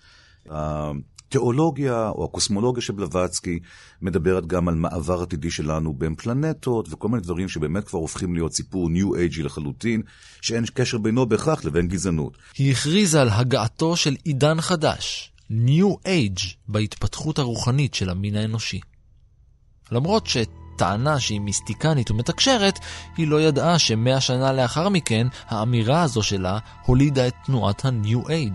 התיאולוגיה או הקוסמולוגיה של בלבצקי מדברת גם על מעבר עתידי שלנו בין פלנטות וכל מיני דברים שבאמת כבר הופכים להיות סיפור ניו אייג'י לחלוטין, שאין קשר בינו בהכרח לבין גזענות. היא הכריזה על הגעתו של עידן חדש, ניו אייג', בהתפתחות הרוחנית של המין האנושי. למרות שטענה שהיא מיסטיקנית ומתקשרת, היא לא ידעה שמאה שנה לאחר מכן האמירה הזו שלה הולידה את תנועת הניו אייג'.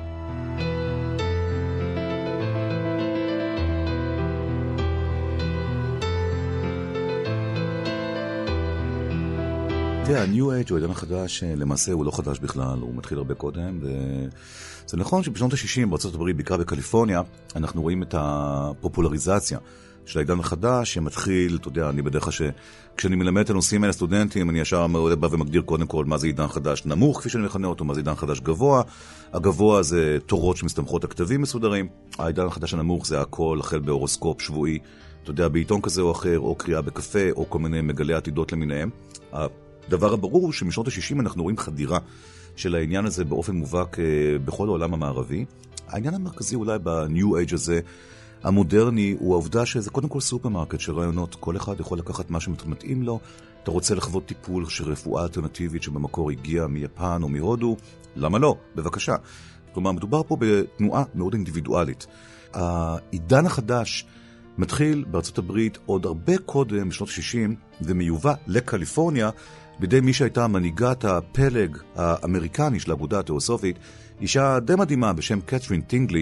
הניו אייג' הוא עידן החדש, למעשה הוא לא חדש בכלל, הוא מתחיל הרבה קודם, וזה נכון שבשנות ה-שישים בארצות הברית, בעיקר בקליפורניה, אנחנו רואים את הפופולריזציה של העידן החדש, שמתחיל, אתה יודע, אני בדרך כלל שכשאני מלמד את הנושאים האלה סטודנטים, אני ישר בא ומגדיר קודם כל מה זה עידן חדש נמוך, כפי שאני מכנה אותו, מה זה עידן חדש גבוה. הגבוה זה תורות שמסתמכות על כתבים מסודרים, העידן החדש הנמוך זה הכל, החל בהורוסקופ שבועי, אתה יודע, בעיתון כזה או אחר, או קריאה בקפה, או כל מיני מגלי עתידות למיניהם. הדבר הברור הוא שמשנות ה-שישים אנחנו רואים חדירה של העניין הזה באופן מובהק בכל העולם המערבי. העניין המרכזי אולי בניו אייג' הזה, המודרני, הוא העובדה שזה קודם כל סופרמרקט של רעיונות. כל אחד יכול לקחת מה שמתאים לו. אתה רוצה לחוות טיפול של רפואה אלטרנטיבית שבמקור הגיעה מיפן או מהודו, למה לא? בבקשה. כלומר, מדובר פה בתנועה מאוד אינדיבידואלית. העידן החדש מתחיל בארצות הברית עוד הרבה קודם, בשנות ה-שישים, ומיובא לקליפורניה, בידי מי שהייתה מנהיגת הפלג האמריקני של האגודה התיאוסופית, אישה די מדהימה בשם קת'רין טינגלי,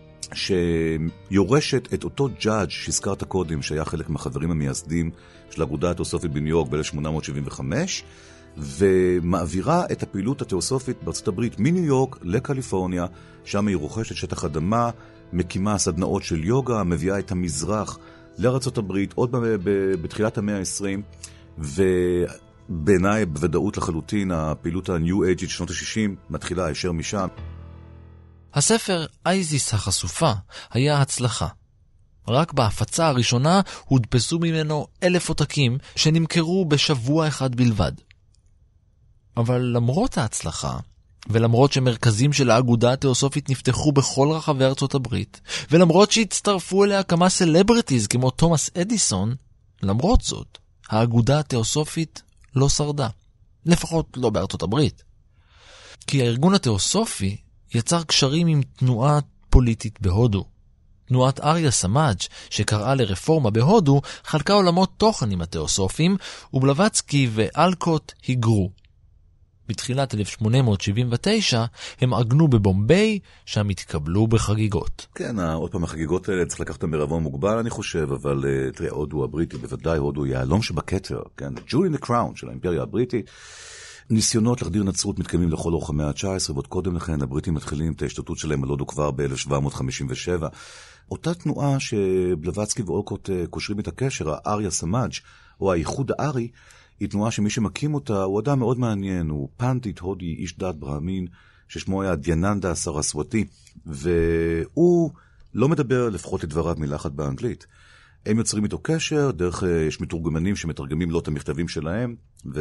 שיורשת את אותו ג'אדג' שהזכרת קודם, שהיה חלק מהחברים המייסדים של האגודה התיאוסופית בניו יורק ב-אלף שמונה מאות שבעים וחמש, ומעבירה את הפעילות התיאוסופית בארצות הברית מניו יורק לקליפורניה, שם היא רוכשת שטח אדמה, מקימה סדנאות של יוגה, מביאה את המזרח לארצות הברית עוד בתחילת המאה ה-עשרים, ובעיניי בוודאות לחלוטין הפעילות הניו אייג'ית שנות ה-שישים מתחילה הישר משם. הספר אייזיס החשופה היה הצלחה. רק בהפצה הראשונה הודפסו ממנו אלף עותקים שנמכרו בשבוע אחד בלבד. אבל למרות ההצלחה, ולמרות שמרכזים של האגודה התיאוסופית נפתחו בכל רחבי ארצות הברית, ולמרות שהצטרפו אליה כמה סלבריטיז כמו תומאס אדיסון, למרות זאת, האגודה התיאוסופית לא שרדה. לפחות לא בארצות הברית. כי הארגון התיאוסופי יצר קשרים עם תנועה פוליטית בהודו. תנועת אריה סמאג' שקראה לרפורמה בהודו חלקה עולמות תוכן עם התיאוסופים, ובלבצקי ואלקוט היגרו. בתחילת אלף שמונה מאות שבעים ותשע הם עגנו בבומביי, שם התקבלו בחגיגות. כן, עוד פעם החגיגות האלה צריך לקחת בערבון מוגבל אני חושב, אבל תראה, הודו הבריטי, בוודאי הודו היא העלום שבכתר, כן, ג'ול אין דה קראון של האימפריה הבריטית. ניסיונות להחדיר נצרות מתקיימים לכל אורך המאה ה-תשע עשרה, ועוד קודם לכן הבריטים מתחילים את ההשתלטות שלהם על הודו כבר ב-אלף שבע מאות חמישים ושבע. אותה תנועה שבלווטסקי ואולקוט קושרים את הקשר, האריה סמאג' או האיחוד הארי, היא תנועה שמי שמקים אותה הוא אדם מאוד מעניין, הוא פנדיט הודי, איש דת ברהמין, ששמו היה דיאננדה סרסוותי, והוא לא מדבר לפחות לדבריו מילה אחת באנגלית. הם יוצרים איתו קשר, דרך יש מתורגמנים שמתרגמים לו את המכתבים שלהם,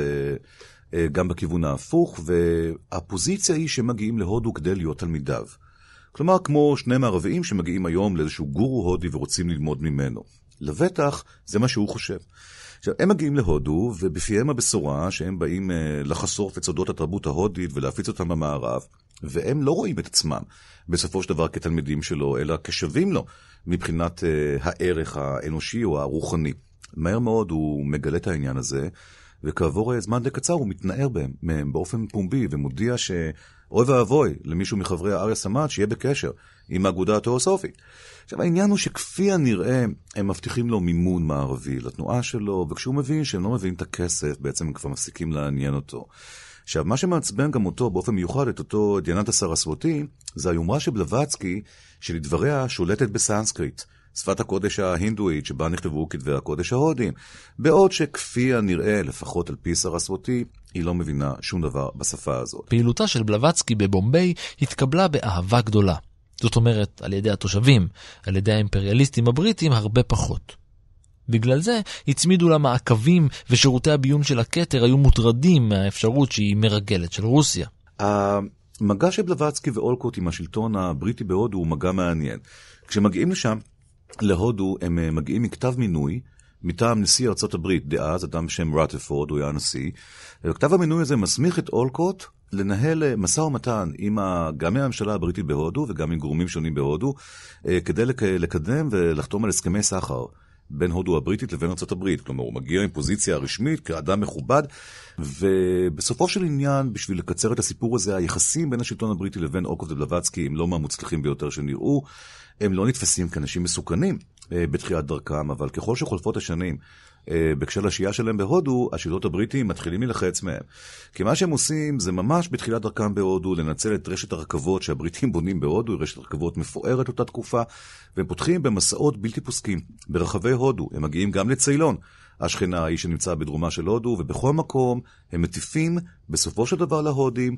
וגם בכיוון ההפוך, והפוזיציה היא שמגיעים להודו כדי להיות תלמידיו. כלומר, כמו שני מערביים שמגיעים היום לאיזשהו גורו הודי ורוצים ללמוד ממנו. לבטח, זה מה שהוא חושב. עכשיו, הם מגיעים להודו, ובפיהם הבשורה שהם באים לחשוף את סודות התרבות ההודית ולהפיץ אותם במערב, והם לא רואים את עצמם בסופו של דבר כתלמידים שלו, אלא כשווים לו מבחינת uh, הערך האנושי או הרוחני. מהר מאוד הוא מגלה את העניין הזה, וכעבור זמן די קצר הוא מתנער בהם, מהם באופן פומבי, ומודיע שאוי ואבוי למישהו מחברי האריה סמאג' שיהיה בקשר עם האגודה התיאוסופית. עכשיו, העניין הוא שכפי הנראה הם מבטיחים לו מימון מערבי לתנועה שלו, וכשהוא מבין שהם לא מביאים את הכסף, בעצם הם כבר מפסיקים לעניין אותו. עכשיו, מה שמעצבן גם אותו באופן מיוחד, את אותו דיאננדה סרסוותי, זה היומרה של בלווטסקי, שלדבריה שולטת בסנסקריט, שפת הקודש ההינדואית שבה נכתבו כתבי הקודש ההודיים, בעוד שכפי הנראה, לפחות על פי סרסוותי, היא לא מבינה שום דבר בשפה הזאת. פעילותה של בלווטסקי בבומביי התקבלה באהבה גדולה. זאת אומרת, על ידי התושבים, על ידי האימפריאליסטים הבריטים הרבה פחות. בגלל זה הצמידו לה מעקבים, ושירותי הביון של הכתר היו מוטרדים מהאפשרות שהיא מרגלת של רוסיה. המגע של בלווטסקי ואולקוט עם השלטון הבריטי בהודו הוא מגע מעניין. כשמגיעים לשם, להודו, הם מגיעים מכתב מינוי מטעם נשיא ארצות הברית דאז, אדם בשם רת'פורד, הוא היה הנשיא. וכתב המינוי הזה מסמיך את אולקוט לנהל משא ומתן עם ה... גם מהממשלה הבריטית בהודו וגם עם גורמים שונים בהודו, כדי לקדם ולחתום על הסכמי סחר בין הודו הבריטית לבין ארצות הברית. כלומר, הוא מגיע עם פוזיציה רשמית כאדם מכובד, ובסופו של עניין, בשביל לקצר את הסיפור הזה, היחסים בין השלטון הבריטי לבין אולקוט ובלווטסקי הם לא מהמוצלחים ביותר שנראו. הם לא נתפסים כאנשים מסוכנים בתחילת דרכם, אבל ככל שחולפות השנים, בקשר השהייה שלהם בהודו, השלטונות הבריטים מתחילים ללחץ מהם. כי מה שהם עושים זה ממש בתחילת דרכם בהודו, לנצל את רשת הרכבות שהבריטים בונים בהודו, היא רשת רכבות מפוארת אותה תקופה, והם פותחים במסעות בלתי פוסקים ברחבי הודו. הם מגיעים גם לציילון, השכנה ההיא שנמצא בדרומה של הודו, ובכל מקום הם מטיפים בסופו של דבר להודים,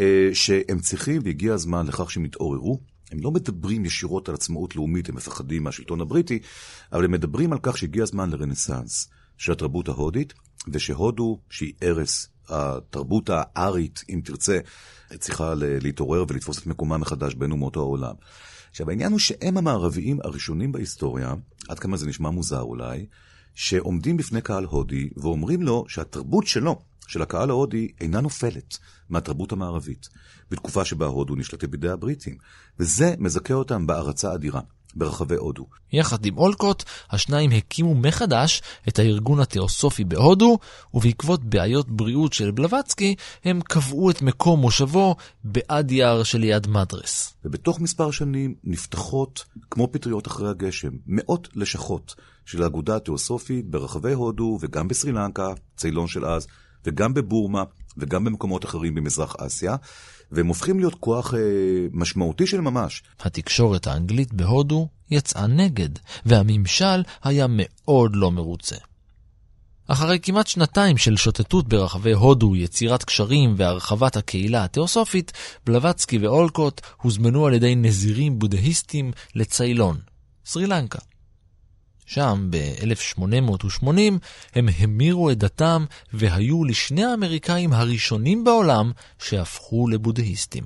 שהם צריכים, והגיע הזמן לכך שהם יתעוררו. הם לא מדברים ישירות על עצמאות לאומית, הם מפחדים מהשלטון הבריטי, אבל הם מדברים על כך שהגיע הזמן לרנסנס של התרבות ההודית, ושהודו, שהיא ערש, התרבות הארית, אם תרצה, צריכה להתעורר ולתפוס את מקומה מחדש בין אומות העולם. עכשיו, העניין הוא שהם המערביים הראשונים בהיסטוריה, עד כמה זה נשמע מוזר אולי, שעומדים בפני קהל הודי ואומרים לו שהתרבות שלו, של הקהל ההודי, אינה נופלת מהתרבות המערבית, בתקופה שבה הודו נשלטת בידי הבריטים, וזה מזכה אותם בהערצה אדירה ברחבי הודו. יחד עם אולקוט, השניים הקימו מחדש את הארגון התיאוסופי בהודו, ובעקבות בעיות בריאות של בלווטסקי, הם קבעו את מקום מושבו באדיאר שליד מדרס. ובתוך מספר שנים נפתחות, כמו פטריות אחרי הגשם, מאות לשכות של האגודה התיאוסופית ברחבי הודו, וגם בסרי לנקה, ציילון של אז, וגם בבורמה, וגם במקומות אחרים במזרח אסיה, והם הופכים להיות כוח אה, משמעותי של ממש. התקשורת האנגלית בהודו יצאה נגד, והממשל היה מאוד לא מרוצה. אחרי כמעט שנתיים של שוטטות ברחבי הודו, יצירת קשרים והרחבת הקהילה התיאוסופית, בלווטסקי ואולקוט הוזמנו על ידי נזירים בודהיסטים לציילון, סרי לנקה. שם ב-אלף שמונה מאות ושמונים הם המירו את דתם והיו לשני האמריקאים הראשונים בעולם שהפכו לבודהיסטים.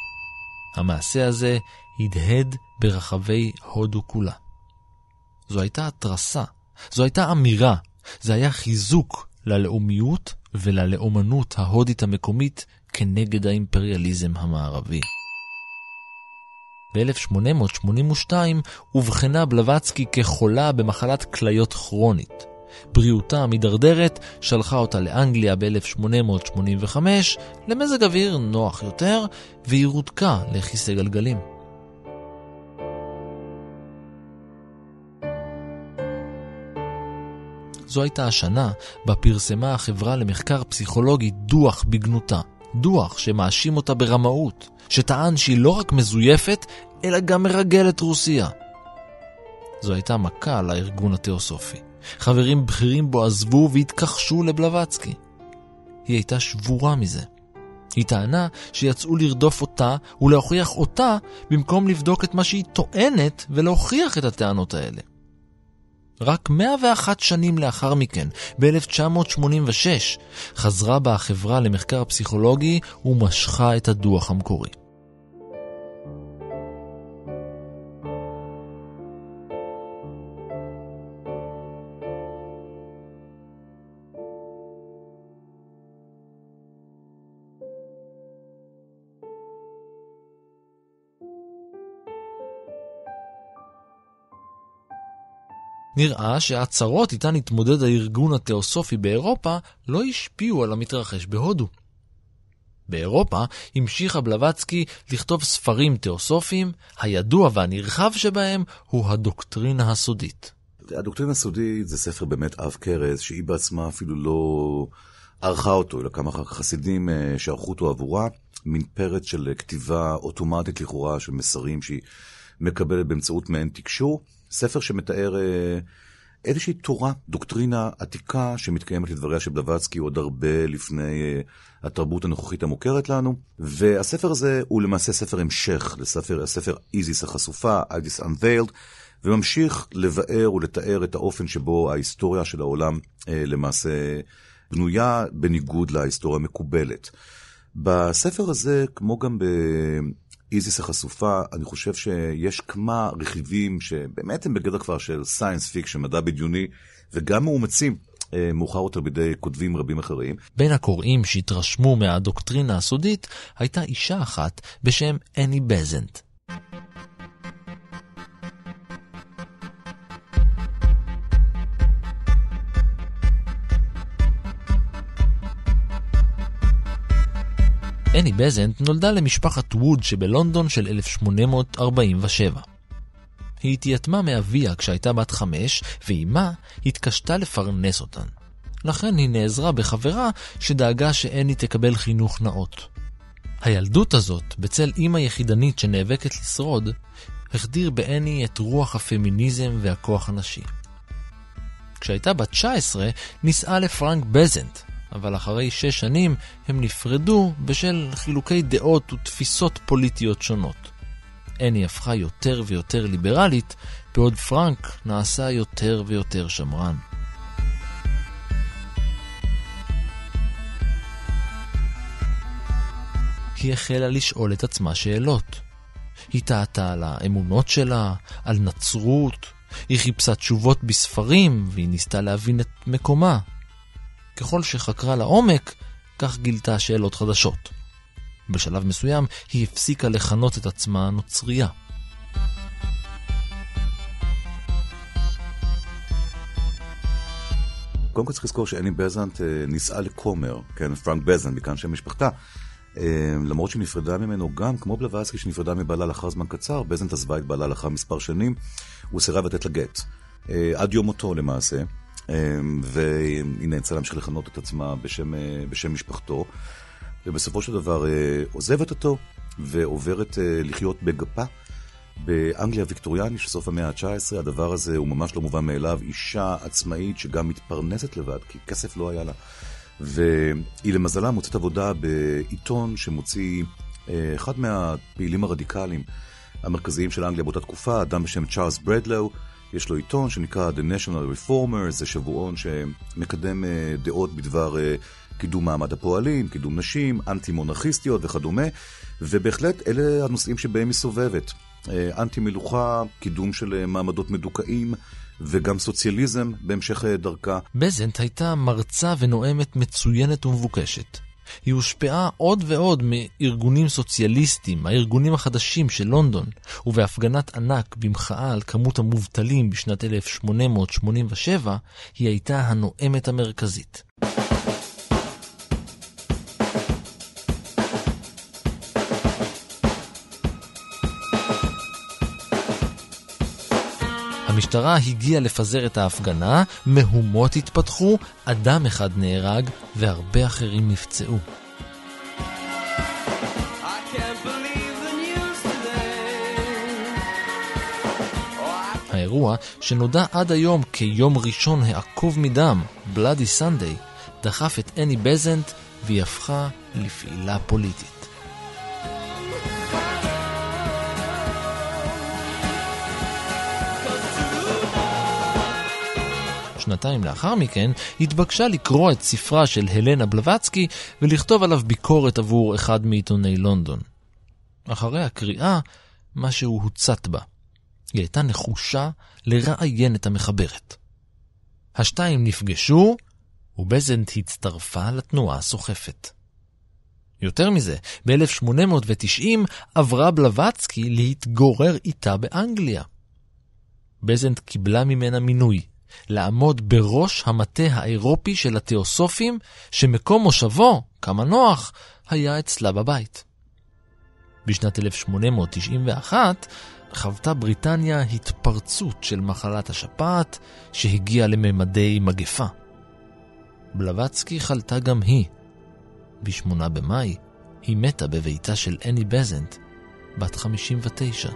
המעשה הזה הדהד ברחבי הודו כולה. זו הייתה התרסה, זו הייתה אמירה, זה היה חיזוק ללאומיות וללאומנות ההודית המקומית כנגד האימפריאליזם המערבי. ב-אלף שמונה מאות שמונים ושתיים הובחנה בלווטסקי כחולה במחלת כליות כרונית. בריאותה המדרדרת שלחה אותה לאנגליה ב-אלף שמונה מאות שמונים וחמש למזג אוויר נוח יותר, והיא רותקה לכיסא גלגלים. זו הייתה השנה בה פרסמה החברה למחקר פסיכולוגי דוח בגנותה. דוח שמאשים אותה ברמאות, שטען שהיא לא רק מזויפת, אלא גם מרגלת רוסיה. זו הייתה מכה לארגון התיאוסופי. חברים בכירים בו עזבו והתכחשו לבלבצקי. היא הייתה שבורה מזה. היא טענה שיצאו לרדוף אותה ולהוכיח אותה במקום לבדוק את מה שהיא טוענת ולהוכיח את הטענות האלה. רק מאה ואחת שנים לאחר מכן, ב-אלף תשע מאות שמונים ושש, חזרה בה החברה למחקר פסיכולוגי ומשכה את הדוח המקורי. נראה שההצהרות איתן התמודד הארגון התיאוסופי באירופה לא השפיעו על המתרחש בהודו. באירופה המשיך בלבצקי לכתוב ספרים תיאוסופיים, הידוע והנרחב שבהם הוא הדוקטרינה הסודית. הדוקטרינה הסודית זה ספר באמת אב קרס, שהיא בעצמה אפילו לא ערכה אותו, אלא כמה חסידים שערכו אותו עבורה, מין פרץ של כתיבה אוטומטית לכאורה של מסרים שהיא מקבלת באמצעות מעין תקשור. ספר שמתאר אה, איזושהי תורה, דוקטרינה עתיקה שמתקיימת לדבריה של בלבצקי עוד הרבה לפני אה, התרבות הנוכחית המוכרת לנו. והספר הזה הוא למעשה ספר המשך לספר הספר איזיס החשופה, איזיס Unveiled, וממשיך לבאר ולתאר את האופן שבו ההיסטוריה של העולם אה, למעשה בנויה בניגוד להיסטוריה המקובלת. בספר הזה, כמו גם ב... איזיס החשופה, אני חושב שיש כמה רכיבים שבאמת הם בגדר כבר של סיינס פיקשן, מדע בדיוני, וגם מאומצים אה, מאוחר יותר בידי כותבים רבים אחרים. בין הקוראים שהתרשמו מהדוקטרינה הסודית, הייתה אישה אחת בשם אני בזנט. אני בזנט נולדה למשפחת ווד שבלונדון של אלף שמונה מאות ארבעים ושבע. היא התייתמה מאביה כשהייתה בת חמש, ואימה התקשתה לפרנס אותן. לכן היא נעזרה בחברה שדאגה שאני תקבל חינוך נאות. הילדות הזאת, בצל אימא יחידנית שנאבקת לשרוד, החדיר באני את רוח הפמיניזם והכוח הנשי. כשהייתה בת תשע עשרה נישאה לפרנק בזנט, אבל אחרי שש שנים הם נפרדו בשל חילוקי דעות ותפיסות פוליטיות שונות. אני הפכה יותר ויותר ליברלית, בעוד פרנק נעשה יותר ויותר שמרן. היא החלה לשאול את עצמה שאלות. היא טעתה על האמונות שלה, על נצרות, היא חיפשה תשובות בספרים והיא ניסתה להבין את מקומה. ככל שחקרה לעומק, כך גילתה שאלות חדשות. בשלב מסוים היא הפסיקה לכנות את עצמה נוצריה. קודם כל צריך לזכור שאני בזנט נישאה לכומר, כן, פרנק בזנט, מכאן שם משפחתה. למרות שהיא נפרדה ממנו גם, כמו בלבצקי שנפרדה מבעלה לאחר זמן קצר, בזנט עזבה את בעלה לאחר מספר שנים, הוא סירב לתת לה גט. עד יום מותו למעשה. והיא נאלצה להמשיך לכנות את עצמה בשם, בשם משפחתו, ובסופו של דבר עוזבת אותו ועוברת לחיות בגפה באנגליה ויקטוריאני של סוף המאה ה-תשע עשרה. הדבר הזה הוא ממש לא מובן מאליו, אישה עצמאית שגם מתפרנסת לבד כי כסף לא היה לה, והיא למזלה מוצאת עבודה בעיתון שמוציא אחד מהפעילים הרדיקליים המרכזיים של אנגליה באותה תקופה, אדם בשם צ'ארלס ברדלו. יש לו עיתון שנקרא The National Reformer, זה שבועון שמקדם דעות בדבר קידום מעמד הפועלים, קידום נשים, אנטי-מונרכיסטיות וכדומה, ובהחלט אלה הנושאים שבהם היא סובבת. אנטי-מלוכה, קידום של מעמדות מדוכאים, וגם סוציאליזם בהמשך דרכה. בזנט הייתה מרצה ונואמת מצוינת ומבוקשת. היא הושפעה עוד ועוד מארגונים סוציאליסטיים, הארגונים החדשים של לונדון, ובהפגנת ענק במחאה על כמות המובטלים בשנת אלף שמונה מאות שמונים ושבע, היא הייתה הנואמת המרכזית. המשטרה הגיעה לפזר את ההפגנה, מהומות התפתחו, אדם אחד נהרג והרבה אחרים נפצעו. האירוע, שנודע עד היום כיום ראשון העקוב מדם, Bloody Sunday, דחף את אני בזנט והיא הפכה לפעילה פוליטית. שנתיים לאחר מכן התבקשה לקרוא את ספרה של הלנה בלווטסקי ולכתוב עליו ביקורת עבור אחד מעיתוני לונדון. אחרי הקריאה, משהו הוצת בה. היא הייתה נחושה לראיין את המחברת. השתיים נפגשו, ובזנט הצטרפה לתנועה הסוחפת. יותר מזה, ב-אלף שמונה מאות ותשעים עברה בלווטסקי להתגורר איתה באנגליה. בזנט קיבלה ממנה מינוי לעמוד בראש המטה האירופי של התיאוסופים, שמקום מושבו, כמה נוח, היה אצלה בבית. בשנת אלף שמונה מאות תשעים ואחת חוותה בריטניה התפרצות של מחלת השפעת שהגיעה לממדי מגפה. בלווטסקי חלתה גם היא. בשמונה במאי היא מתה בביתה של אני בזנט, בת חמישים ותשע.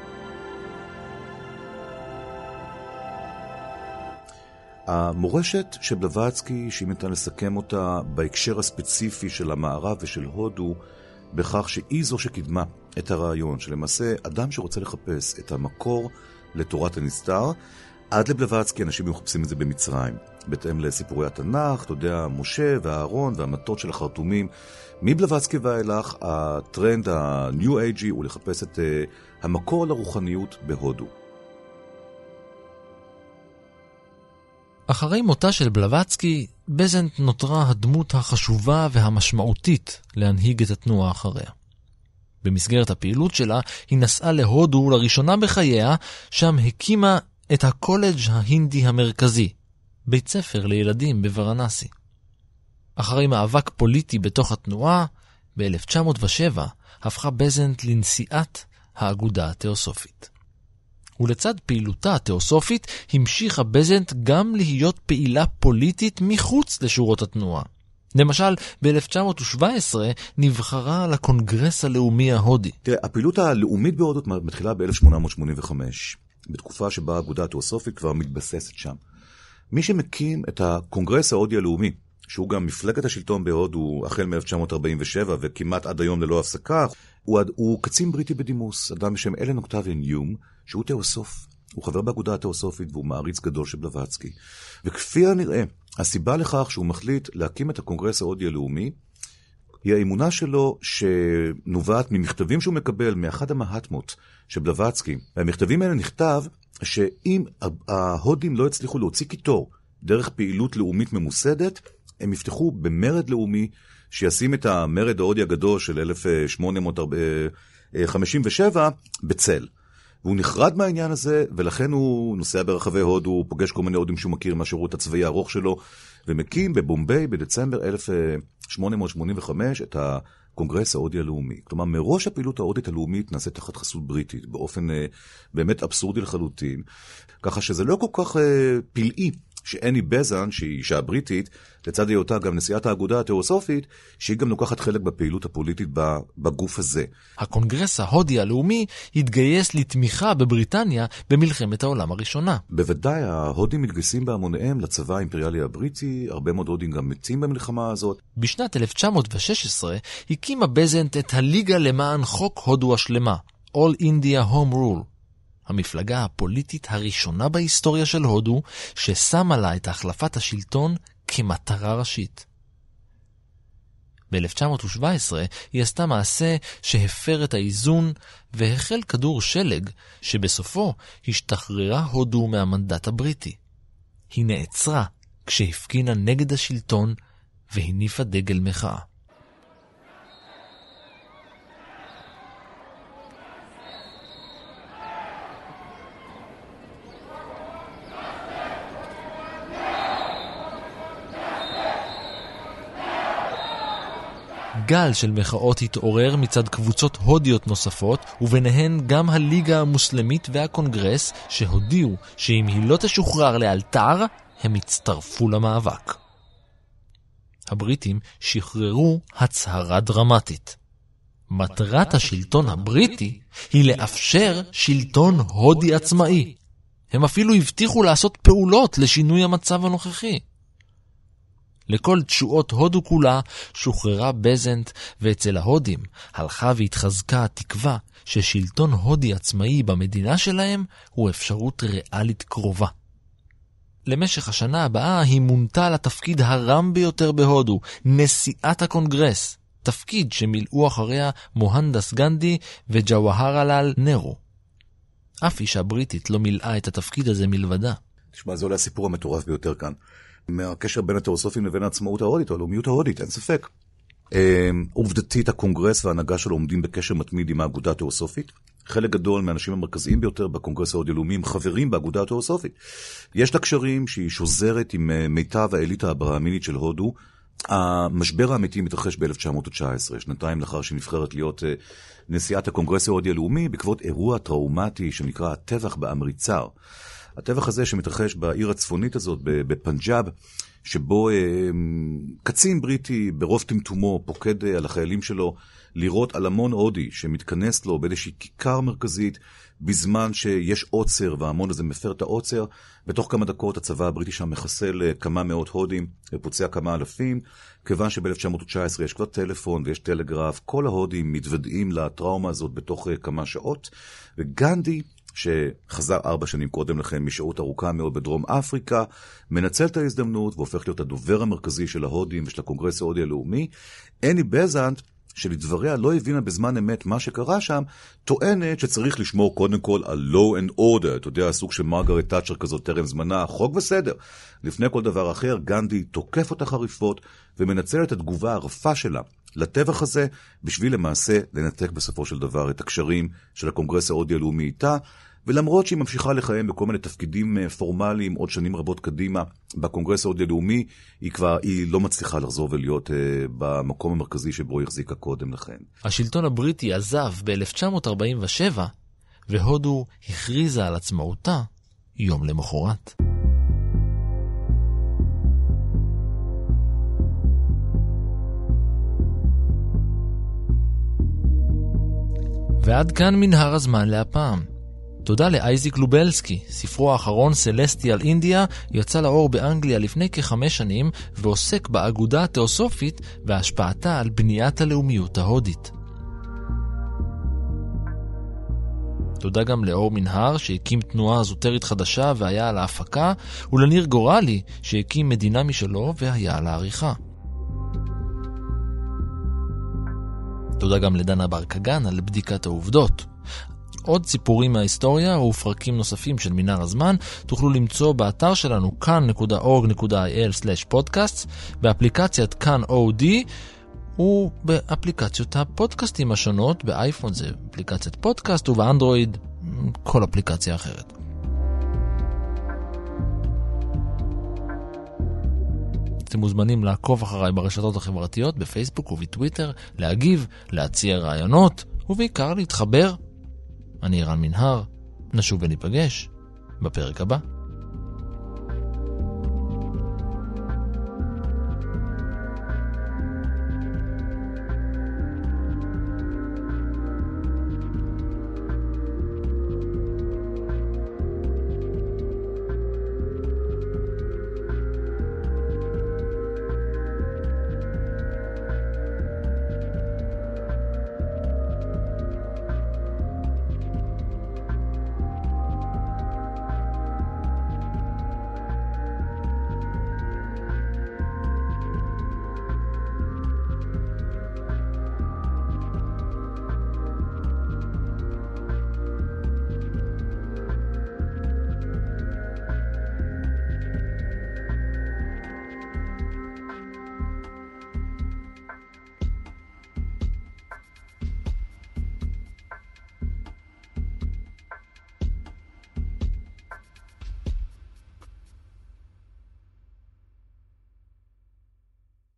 המורשת של בלווטסקי, שאם ניתן לסכם אותה בהקשר הספציפי של המערב ושל הודו, בכך שהיא זו שקידמה את הרעיון שלמעשה אדם שרוצה לחפש את המקור לתורת הנסתר, עד לבלווטסקי אנשים מחפשים את זה במצרים, בהתאם לסיפורי התנ"ך, אתה יודע, משה והארון והמטות של החרטומים. מבלווטסקי ואילך הטרנד הניו אייג'י הוא לחפש את uh, המקור לרוחניות בהודו. אחרי מותה של בלווטסקי, בזנט נותרה הדמות החשובה והמשמעותית להנהיג את התנועה אחריה. במסגרת הפעילות שלה היא נסעה להודו לראשונה בחייה, שם הקימה את הקולג' ההינדי המרכזי, בית ספר לילדים בוורנסי. אחרי מאבק פוליטי בתוך התנועה, ב-אלף תשע מאות ושבע הפכה בזנט לנשיאת האגודה התיאוסופית. ולצד פעילותה התיאוסופית המשיכה בזנט גם להיות פעילה פוליטית מחוץ לשורות התנועה. למשל, ב-אלף תשע מאות שבע עשרה נבחרה לקונגרס הלאומי ההודי. תראה, הפעילות הלאומית בהודו מתחילה ב-אלף שמונה מאות שמונים וחמש, בתקופה שבה האגודה התיאוסופית כבר מתבססת שם. מי שמקים את הקונגרס ההודי הלאומי, שהוא גם מפלגת השלטון בהודו החל מ-אלף תשע מאות ארבעים ושבע וכמעט עד היום ללא הפסקה, הוא, הוא קצין בריטי בדימוס, אדם בשם אלן אוקטביאן יום, שהוא תיאוסוף. הוא חבר באגודה התיאוסופית והוא מעריץ גדול של בלווטסקי. וכפי הנראה, הסיבה לכך שהוא מחליט להקים את הקונגרס ההודי הלאומי, היא האמונה שלו שנובעת ממכתבים שהוא מקבל מאחד המהטמות של בלווטסקי. והמכתבים האלה נכתב שאם ההודים לא הצליחו להוציא קיטור דרך פעילות לאומית ממוסדת, הם יפתחו במרד לאומי שישים את המרד ההודי הגדול של אלף שמונה מאות חמישים ושבע בצל. והוא נחרד מהעניין הזה, ולכן הוא נוסע ברחבי הודו, הוא פוגש כל מיני הודים שהוא מכיר מהשירות הצבאי הארוך שלו, ומקים בבומביי בדצמבר אלף שמונה מאות שמונים וחמש את הקונגרס ההודי הלאומי. כלומר, מראש הפעילות ההודית הלאומית נעשית תחת חסות בריטית, באופן uh, באמת אבסורדי לחלוטין, ככה שזה לא כל כך uh, פלאי שאני בזנט, שהיא אישה בריטית, לצד היותה גם נשיאת האגודה התיאוסופית, שהיא גם לוקחת חלק בפעילות הפוליטית בגוף הזה. הקונגרס ההודי הלאומי התגייס לתמיכה בבריטניה במלחמת העולם הראשונה. בוודאי, ההודים מתגייסים בהמוניהם לצבא האימפריאלי הבריטי, הרבה מאוד הודים גם מתים במלחמה הזאת. בשנת אלף תשע מאות ושש עשרה הקימה בזנט את הליגה למען חוק הודו השלמה, All India Home Rule. המפלגה הפוליטית הראשונה בהיסטוריה של הודו, ששמה לה את החלפת השלטון כמטרה ראשית. ב-אלף תשע מאות שבע עשרה היא עשתה מעשה שהפר את האיזון, והחל כדור שלג שבסופו השתחררה הודו מהמנדט הבריטי. היא נעצרה כשהפגינה נגד השלטון והניפה דגל מחאה. גל של מחאות התעורר מצד קבוצות הודיות נוספות, וביניהן גם הליגה המוסלמית והקונגרס, שהודיעו שאם היא לא תשוחרר לאלתר, הם יצטרפו למאבק. הבריטים שחררו הצהרה דרמטית. מטרת השלטון הבריטי היא לאפשר שלטון הודי עצמאי. הם אפילו הבטיחו לעשות פעולות לשינוי המצב הנוכחי. לכל תשועות הודו כולה שוחררה בזנט, ואצל ההודים הלכה והתחזקה התקווה ששלטון הודי עצמאי במדינה שלהם הוא אפשרות ריאלית קרובה. למשך השנה הבאה היא מונתה לתפקיד הרם ביותר בהודו, נשיאת הקונגרס, תפקיד שמילאו אחריה מוהנדס גנדי וג'וואהרלאל נהרו. אף אישה בריטית לא מילאה את התפקיד הזה מלבדה. תשמע, זה אולי הסיפור המטורף ביותר כאן. מהקשר בין התיאוסופים לבין העצמאות ההודית, או הלאומיות ההודית, אין ספק. עובדתית, הקונגרס וההנהגה שלו עומדים בקשר מתמיד עם האגודה התיאוסופית. חלק גדול מהאנשים המרכזיים ביותר בקונגרס ההודי-לאומי הם חברים באגודה התיאוסופית. יש לה קשרים שהיא שוזרת עם מיטב האליטה הברהמינית של הודו. המשבר האמיתי מתרחש ב-אלף תשע מאות תשע עשרה, שנתיים לאחר שהיא נבחרת להיות נשיאת הקונגרס ההודי-לאומי, בעקבות אירוע טראומטי שנקרא הטבח באמריצר. הטבח הזה שמתרחש בעיר הצפונית הזאת, בפנג'אב, שבו אה, קצין בריטי ברוב טמטומו פוקד על החיילים שלו לראות על המון הודי שמתכנס לו באיזושהי כיכר מרכזית, בזמן שיש עוצר והמון הזה מפר את העוצר. בתוך כמה דקות הצבא הבריטי שם מחסל כמה מאות הודים ופוצע כמה אלפים. כיוון שב-אלף תשע מאות תשע עשרה יש כבר טלפון ויש טלגרף, כל ההודים מתוודעים לטראומה הזאת בתוך כמה שעות. וגנדי, שחזר ארבע שנים קודם לכן משעות ארוכה מאוד בדרום אפריקה, מנצל את ההזדמנות והופך להיות הדובר המרכזי של ההודים ושל הקונגרס ההודי הלאומי. אני בזנט, שלדבריה לא הבינה בזמן אמת מה שקרה שם, טוענת שצריך לשמור קודם כל על law and order, אתה יודע, הסוג של מרגרט תאצ'ר כזאת טרם זמנה, חוק וסדר. לפני כל דבר אחר, גנדי תוקף אותה חריפות ומנצל את התגובה הרפה שלה לטבח הזה, בשביל למעשה לנתק בסופו של דבר את הקשרים של הקונגרס ההודי הלאומי איתה, ולמרות שהיא ממשיכה לכהן בכל מיני תפקידים פורמליים עוד שנים רבות קדימה בקונגרס ההודי הלאומי, היא כבר היא לא מצליחה לחזור ולהיות uh, במקום המרכזי שבו היא החזיקה קודם לכן. השלטון הבריטי עזב ב-אלף תשע מאות ארבעים ושבע, והודו הכריזה על עצמאותה יום למחרת. ועד כאן מנהר הזמן להפעם. תודה לאייזיק לובלסקי. ספרו האחרון, סלסטיאל אינדיה, יצא לאור באנגליה לפני כחמש שנים, ועוסק באגודה התיאוסופית והשפעתה על בניית הלאומיות ההודית. תודה גם לאור מנהר, שהקים תנועה זוטרית חדשה והיה על ההפקה, ולניר גורלי, שהקים מדינה משלו והיה על העריכה. תודה גם לדנה ברקגן על בדיקת העובדות. עוד סיפורים מההיסטוריה ופרקים נוספים של מנהר הזמן תוכלו למצוא באתר שלנו כאן נקודה אורג נקודה איי אל סלש פודקאסט, באפליקציית כאן אודי ובאפליקציות הפודקאסטים השונות. באייפון זה אפליקציית פודקאסט ובאנדרואיד כל אפליקציה אחרת. אתם מוזמנים לעקוב אחריי ברשתות החברתיות, בפייסבוק ובטוויטר, להגיב, להציע רעיונות ובעיקר להתחבר. אני ערן מנהר, נשוב וניפגש בפרק הבא.